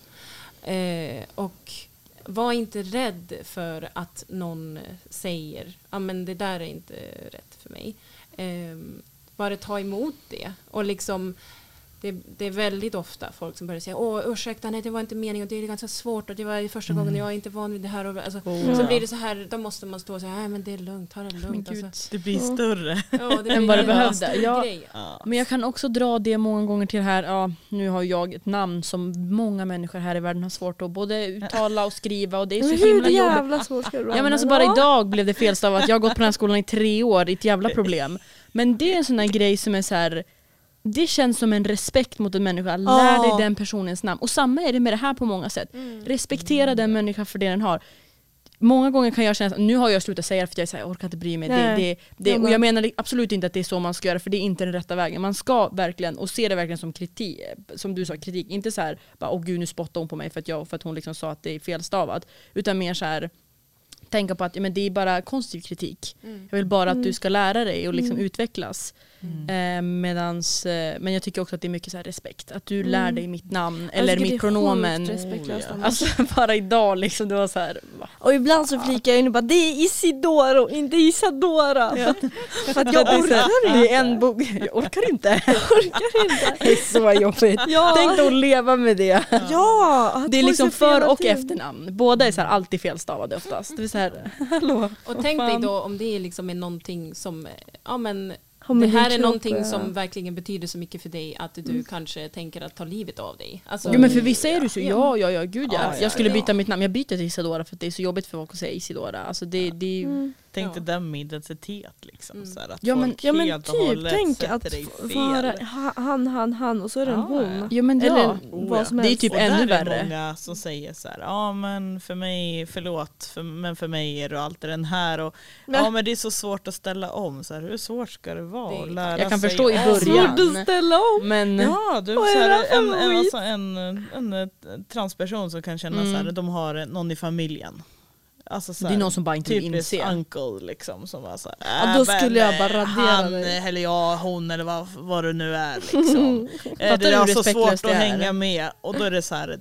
Eh, och var inte rädd för att någon säger ja ah, men det där är inte rätt för mig. Eh, bara ta emot det. Och liksom det, det är väldigt ofta folk som börjar säga åh ursäkta, nej det var inte meningen och det är ganska svårt och det var första gången jag är inte van vid det här. Och, alltså, Oh, så ja. blir det så här, då måste man stå och säga nej men det är lugnt, ta det lugnt. Men gud. Alltså, Det blir större. ja, det än vad det blir en behövde. stor Ja. grej. Ja. Men jag kan också dra det många gånger till här, ja, nu har jag ett namn som många människor här i världen har svårt att både uttala och skriva och det är så Men himla hur jobbigt. jävla svårt ska det vara? Ja men alltså bara idag blev det felstavat. Jag har gått på den här skolan i tre år, ett jävla problem. Men det är en sån här grej som är så här. Det känns som en respekt mot en människa. Lär dig Ja. den personens namn. Och samma är det med det här på många sätt. Respektera den människan för det den har. Många gånger kan jag känna, nu har jag slutat säga det för jag, säger, jag orkar inte bry mig. Det, Nej. det, det, Jag och med. jag menar absolut inte att det är så man ska göra, för det är inte den rätta vägen. Man ska verkligen, och se det verkligen som kritik, som du sa, kritik. Inte så här, bara, åh gud nu spottar hon på mig för att, jag, för att hon liksom sa att det är felstavat. Utan mer så här, tänka på att ja, men det är bara konstruktiv kritik. Mm. Jag vill bara att Mm. du ska lära dig och liksom Mm. utvecklas. Mm. Eh, medans, eh, men jag tycker också att det är mycket så här respekt. Att du Mm. lär dig mitt namn Jag eller tycker mitt det är pronomen. sjukt respektlöst Oh, ja. annars. Alltså bara idag liksom, det var så här. Va? Och ibland så flikar jag in och bara det är Isidoro, inte Isadora. Ja. För att jag Det är så här, orkar det inte. är en bok, jag orkar inte. orkar inte. Det är så jobbigt. Ja. Tänk dig att leva med det. Ja, att Det är folk liksom säger fel för och allting. efternamn. Båda är så här alltid felstavade oftast. Det är så här, hallå. Och tänk dig fan. då om det är liksom är någonting som, ja men Har med det här din är kropp någonting att göra. som verkligen betyder så mycket för dig att du kanske tänker att ta livet av dig. Alltså, Jo men för vissa är det så, ja ja ja gud ja. Ja, ja, Jag skulle ja. byta mitt namn, jag byter till Isadora för att det är så jobbigt för folk att säga Isidora. Alltså det, det, Mm. Tänk Ja. dig den med identitet liksom. Mm. Så här, att Ja, men- folk Ja men helt och typ, hållet tänk sätter att dig f- vara fel. ha- han, han, han och så är det en Ja, hon. ja. Jo men Eller ja. Oh, vad ja. som Det är helst. typ Och ännu där är värre. många som säger så här, ja men för mig, förlåt, för, men för mig är du alltid den här och Nej. ja men det är så svårt att ställa om, så här, hur svårt ska det vara Det- att lära Jag kan sig förstå i om? början. Svårt att ställa om. Men Ja, du, Vad så är det här, för en, en, skit? alltså, en, en, en transperson som kan känna Mm. så här, de har någon i familjen. Alltså, så det här, är någon som bara inte vill typiskt inse. uncle liksom som var så här, Ja, då "Äh, skulle men, jag bara eh, radera han dig." eller jag, hon eller vad, vad det nu är liksom. Eh, Fattar det du är hur alltså respektlöst svårt att det är? hänga med och då är det så här,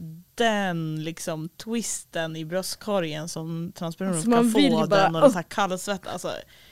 den liksom twisten i bröstkorgen som transpersoner Alltså, man kan vill få bara, den och den så här kallsvett, alltså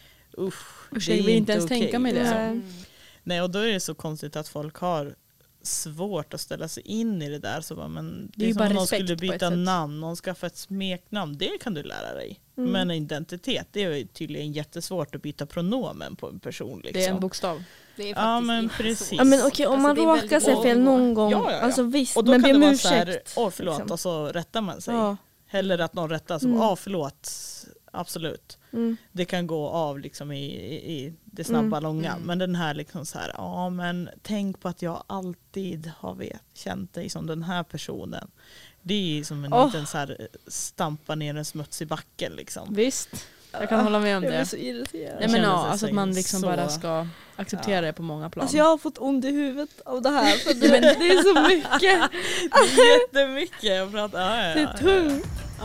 usch, Usch, det är jag vill inte inte ens okej, tänka mig det. liksom. Nej. Mm. Nej, och då är det så konstigt att folk har svårt att ställa sig in i det där. Så bara, men det, Det är är ju som bara om någon respekt skulle på ett byta sätt. namn, någon skaffa ett smeknamn, det kan du lära dig. Mm. Men identitet, det är ju tydligen jättesvårt att byta pronomen på en person. Liksom. det är en bokstav. Det är Ja, faktiskt men inte precis. så. Ja men okej, om Alltså, man det är råkar väldigt säga fel låg nivå. någon gång, Ja, ja, ja. alltså visst, Och då men kan be det om vara så här, ursäkt. åh förlåt, liksom. och så rättar man sig. Ja. Hellre att någon rättar som, Mm. ja förlåt, absolut. Mm. Det kan gå av liksom i, i, i det snabba Mm. långa. Mm. Men den här liksom så här, ja men tänk på att jag alltid har vet, känt dig som den här personen. Det är ju som en Åh. liten så här stampa ner en smutsig backe liksom. Visst, jag kan hålla med om Jag blir det. så irriterad. Nej men känner ja, sig alltså att man liksom så- bara ska acceptera Ja. det på många plan. Alltså jag har fått ont i huvudet av det här för det, det är så mycket. Det är jättemycket jag pratar. Ja, ja, Det ja, är tungt. Ja.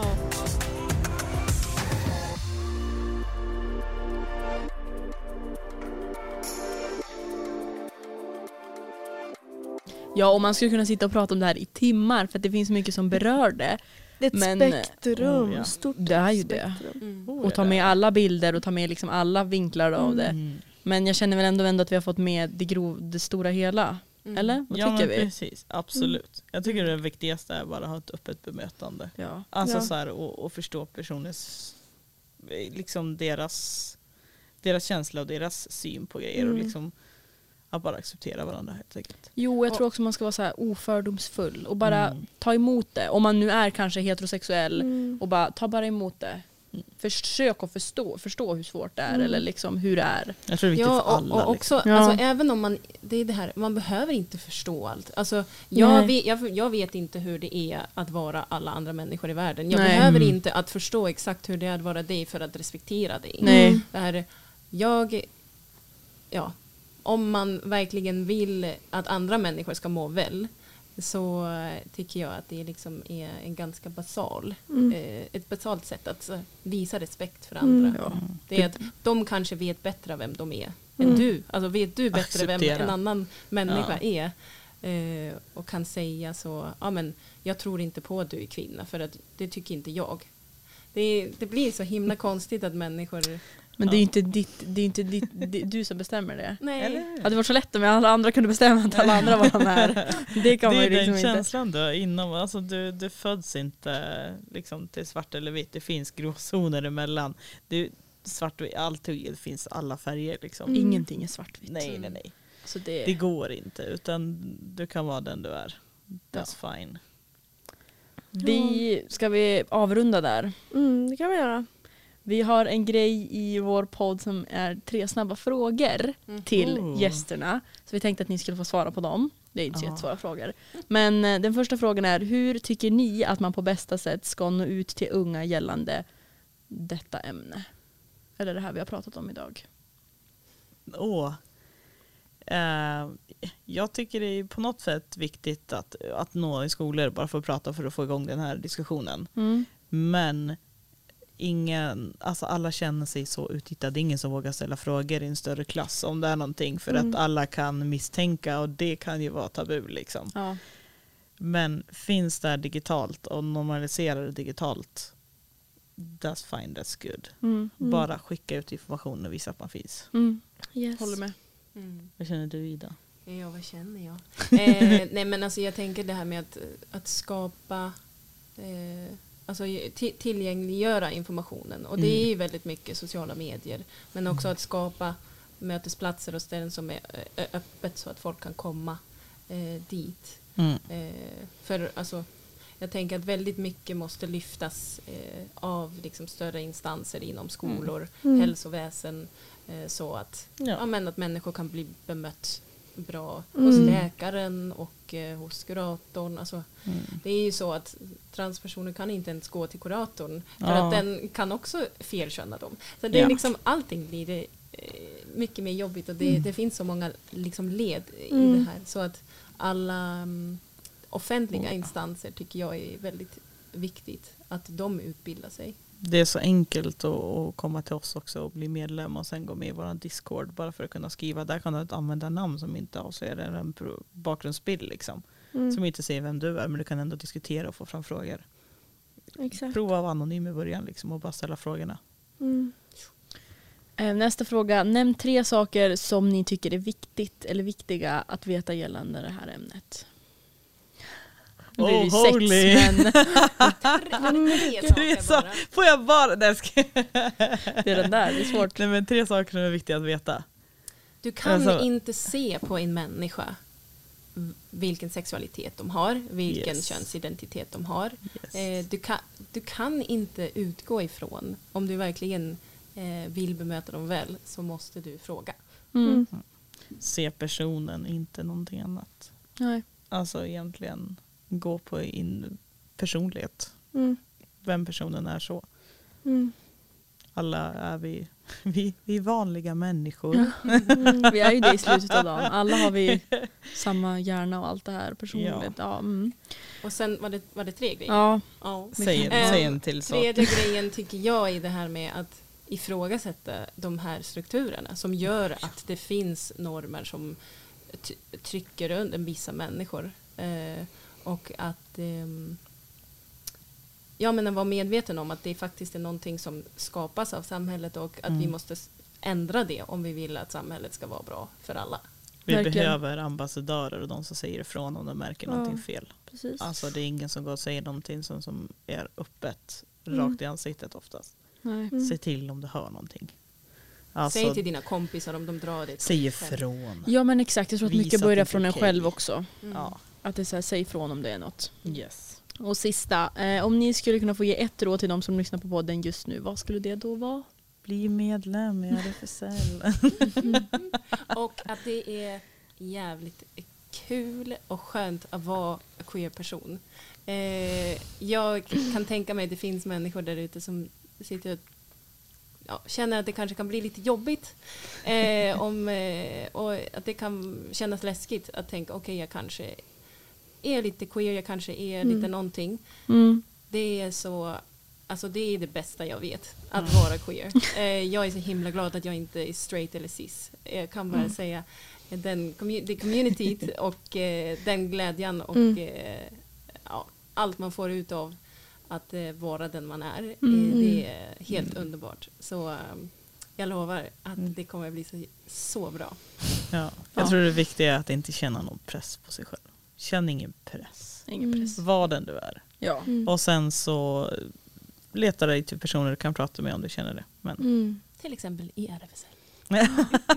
Ja, och man skulle kunna sitta och prata om det här i timmar för att det finns mycket som berör det. Det är ett Men- spektrum, Oh, ja. stort Det är ju det. spektrum. Mm. Oh, Och ta med alla bilder och ta med liksom alla vinklar av det. Mm. Men jag känner väl ändå, ändå att vi har fått med det, grov, det stora hela. Mm. Eller? Vad Ja tycker men vi? precis, absolut. Jag tycker det viktigaste är bara att ha ett öppet bemötande. Ja. Alltså Ja. så här, och, och förstå personers, liksom deras, deras känsla och deras syn på grejer Mm. och liksom att bara acceptera varandra helt enkelt. Jo, jag tror också man ska vara så här ofördomsfull och bara Mm. ta emot det. Om man nu är kanske heterosexuell Mm. och bara ta bara emot det. Försök att förstå, förstå hur svårt det är Mm. eller liksom hur det är. Jag tror det är viktigt Ja, för alla. och, och också, Ja. alltså, även om man, det är det här, man behöver inte förstå allt. Alltså, jag, Nej. vet, jag, jag vet inte hur det är att vara alla andra människor i världen. Jag Nej. behöver Mm. inte att förstå exakt hur det är att vara dig för att respektera dig. Nej. Det här, jag, ja, om man verkligen vill att andra människor ska må väl, så tycker jag att det liksom är en ganska basal, Mm. eh, ett basalt sätt att så, visa respekt för andra. Mm. Ja. Det är att de kanske vet bättre vem de är Mm. än du. Alltså vet du bättre vem Acceptera. en annan människa Ja. är. Eh, och kan säga så, ja men jag tror inte på att du är kvinna för att det tycker inte jag. Det, det blir så himla konstigt att människor... Men det är Ja. ju inte, ditt, det är inte ditt, det, du som bestämmer det. Nej. Eller? Det hade varit så lätt om alla andra kunde bestämma att alla andra var de här. Det kan Det man ju är liksom den inte. känslan du har inom. Alltså du, du föds inte liksom till svart eller vitt. Det finns gråzoner emellan. Det, svart och allt, det finns alla färger. Liksom. Mm. Ingenting är svartvitt. Nej, nej, nej. Så det, Det går inte. Utan du kan vara den du är. That's fine. vi, ska vi avrunda där? Mm, det kan vi göra. Vi har en grej i vår podd som är tre snabba frågor Mm. till Oh. gästerna. Så vi tänkte att ni skulle få svara på dem. Det är inte så Ja. jättesvåra frågor. Men eh, den första frågan är, hur tycker ni att man på bästa sätt ska nå ut till unga gällande detta ämne? Eller det här vi har pratat om idag. Åh. Eh, jag tycker det är på något sätt viktigt att, att nå i skolor bara för att prata för att få igång den här diskussionen. Mm. Men ingen, alltså alla känner sig så uttittade. Det är ingen som vågar ställa frågor i en större klass om det är någonting. För Mm. att alla kan misstänka och det kan ju vara tabu liksom. Ja. Men finns där digitalt och normaliserar det digitalt, that's fine, that's good. Mm. Mm. Bara skicka ut information och visa att man finns. Mm. Yes. Håller med. Mm. Vad känner du, Ida? Ja, vad känner jag? eh, nej, men alltså jag tänker det här med att, att skapa, eh, alltså ti- tillgängliggöra informationen. Och det Mm. är ju väldigt mycket sociala medier. Men också att skapa mötesplatser och ställen som är ö- öppet så att folk kan komma eh, dit. Mm. Eh, för alltså, jag tänker att väldigt mycket måste lyftas eh, av liksom, större instanser inom skolor, Mm. hälsoväsen, eh, så att, Ja. ja, men att människor kan bli bemött bra Mm. hos läkaren och eh, hos kuratorn. Alltså, Mm. det är ju så att transpersoner kan inte ens gå till kuratorn för Ja. att den kan också felköna dem. Så det är Ja. liksom, allting blir det, eh, mycket mer jobbigt och det, Mm. det finns så många liksom, led i Mm. det här. Så att alla um, offentliga instanser tycker jag är väldigt viktigt att de utbildar sig. Det är så enkelt att, att komma till oss också och bli medlem och sen gå med i vår Discord bara för att kunna skriva. Där kan du använda namn som inte avslöjar en pro- bakgrundsbild liksom. Mm. Som inte säger vem du är, men du kan ändå diskutera och få fram frågor. Exakt. Prova att vara anonym i början liksom, och bara ställa frågorna. Mm. Eh, Nästa fråga. Nämn tre saker som ni tycker är viktigt eller viktiga att veta gällande det här ämnet. Nu blir det ju Oh, holy. sex, men Tre Tre saker sa- bara. Får jag bara... Nej, ska... det är den där. Det är svårt. Nej, men tre saker som är viktiga att veta. Du kan Alltså- inte se på en människa v- vilken sexualitet de har, vilken Yes. könsidentitet de har. Yes. Eh, du, kan, du kan inte utgå ifrån, om du verkligen eh, vill bemöta dem väl, så måste du fråga. Mm. Se personen, inte någonting annat. Nej. Alltså egentligen gå på in personlighet. Mm. Vem personen är så. Mm. Alla är vi, vi, vi är vanliga människor. Mm. Vi är ju det i slutet av dagen. Alla har vi samma hjärna och allt det här personligt. Ja. Mm. Och sen var det, var det tre grejer? Ja. Ja. Säg, Eh, säg en till sak. Tredje grejen tycker jag är det här med att ifrågasätta de här strukturerna som gör att det finns normer som t- trycker under vissa människor. Eh, och att eh, ja, men att vara medveten om att det faktiskt är någonting som skapas av samhället och att Mm. vi måste s- ändra det om vi vill att samhället ska vara bra för alla. Vi Verkligen. behöver ambassadörer och de som säger ifrån om de märker Ja. någonting fel. Precis. Alltså det är ingen som går och säger någonting som, som är öppet Mm. rakt i ansiktet oftast. Nej. Mm. Se till om du hör någonting. Alltså, Säg till dina kompisar om de drar det. säg ifrån. Ja men exakt. Jag tror att Visa mycket att börjar det är från en okej. själv också. Mm. Ja. Att det är så här, säg ifrån om det är något. Yes. Och sista. Eh, om ni skulle kunna få ge ett råd till de som lyssnar på podden just nu. Vad skulle det då vara? Bli medlem i R F S L. Och att det är jävligt kul och skönt att vara queer person. Eh, jag kan tänka mig att det finns människor där ute som sitter och ja, känner att det kanske kan bli lite jobbigt. Eh, om, eh, och att det kan kännas läskigt att tänka okej, okay, jag kanske är lite queer, jag kanske är Mm. lite någonting. Mm. Det är så, alltså det är det bästa jag vet, att vara queer. Eh, jag är så himla glad att jag inte är straight eller cis. Jag kan bara Mm. säga den commu- det communityt och eh, den glädjen och Mm. eh, ja, allt man får ut av att eh, vara den man är. Mm. Eh, det är helt underbart. Så eh, jag lovar att det kommer bli så, så bra. Ja. Jag Ja. tror det viktiga är att inte känna någon press på sig själv. Känn ingen press. Ingen press. Var den du är. Ja. Mm. Och sen så leta dig till personer du kan prata med om du känner det. Men Mm. Till exempel i R F S L.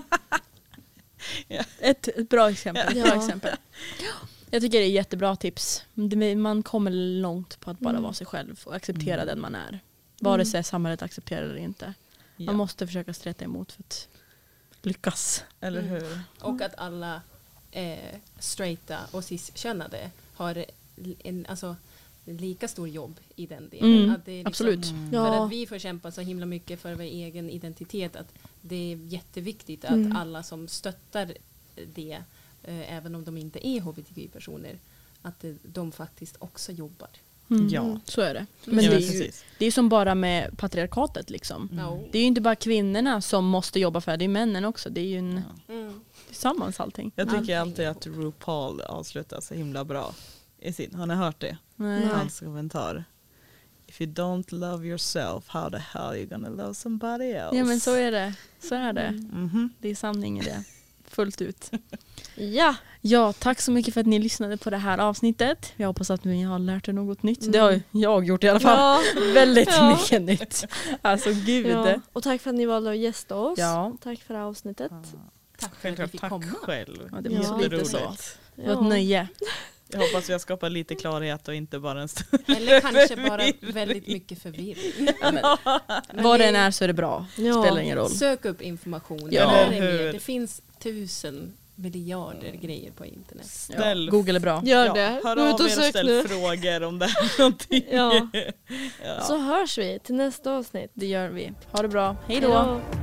Ett, ett bra exempel. Ett Ja. bra exempel. Jag tycker det är jättebra tips. Det- Man kommer långt på att bara Mm. vara sig själv och acceptera Mm. den man är. Vare sig samhället accepterar det eller inte. ja. Man måste försöka streta emot för att lyckas. Eller Mm. hur? Och att alla eh, straighta och cis-könade har en, alltså, lika stor jobb i den delen. Mm, Att det är liksom, absolut. Mm. För Ja. att vi får kämpa så himla mycket för vår egen identitet. Att det är jätteviktigt att Mm. alla som stöttar det, eh, även om de inte är H B T Q-personer, att eh, de faktiskt också jobbar. Mm. Ja. Så är det. Men Men ja, det men är, ju, precis. det är som bara med patriarkatet liksom. Mm. Ja. Det är ju inte bara kvinnorna som måste jobba för det, det är männen också. Det är ju en, Ja. Mm. tillsammans allting. Jag tycker Allting alltid ihop. att RuPaul avslutar så himla bra i sin. Har ni hört det? Nej. Hans kommentar. If you don't love yourself, how the hell are you gonna love somebody else? Ja men så är det. Så är det. Mhm. Det är sanning i det. Fullt ut. Ja. Ja, tack så mycket för att ni lyssnade på det här avsnittet. Jag hoppas att ni har lärt er något nytt. Mm. Det har ju jag gjort i alla fall. Ja. Väldigt Ja. mycket nytt. Alltså gud. Ja. Ja. Och tack för att ni valde att gästa oss. Ja. Tack för det här avsnittet. Tack för att vi Självklart, fick tack komma. själv. Ja, det blir lite Jätteroligt. så. Det var ett nöje. Jag hoppas vi har skapat lite klarhet och inte bara en stund. Eller kanske bara väldigt mycket förvirring. Ja, men, Men vad det- den är så är det bra. Ja. Spelar ingen roll. Sök upp information. Ja. Lär er Eller mer. hur? Det finns tusen miljarder grejer på internet. Ställ, Ja, Google är bra. Gör ja, det. hör Gå ut av och er och sök ställ nu. frågor om det är någonting. Ja. Ja. Så hörs vi till nästa avsnitt. Det gör vi. Ha det bra. Hej då. Hej då.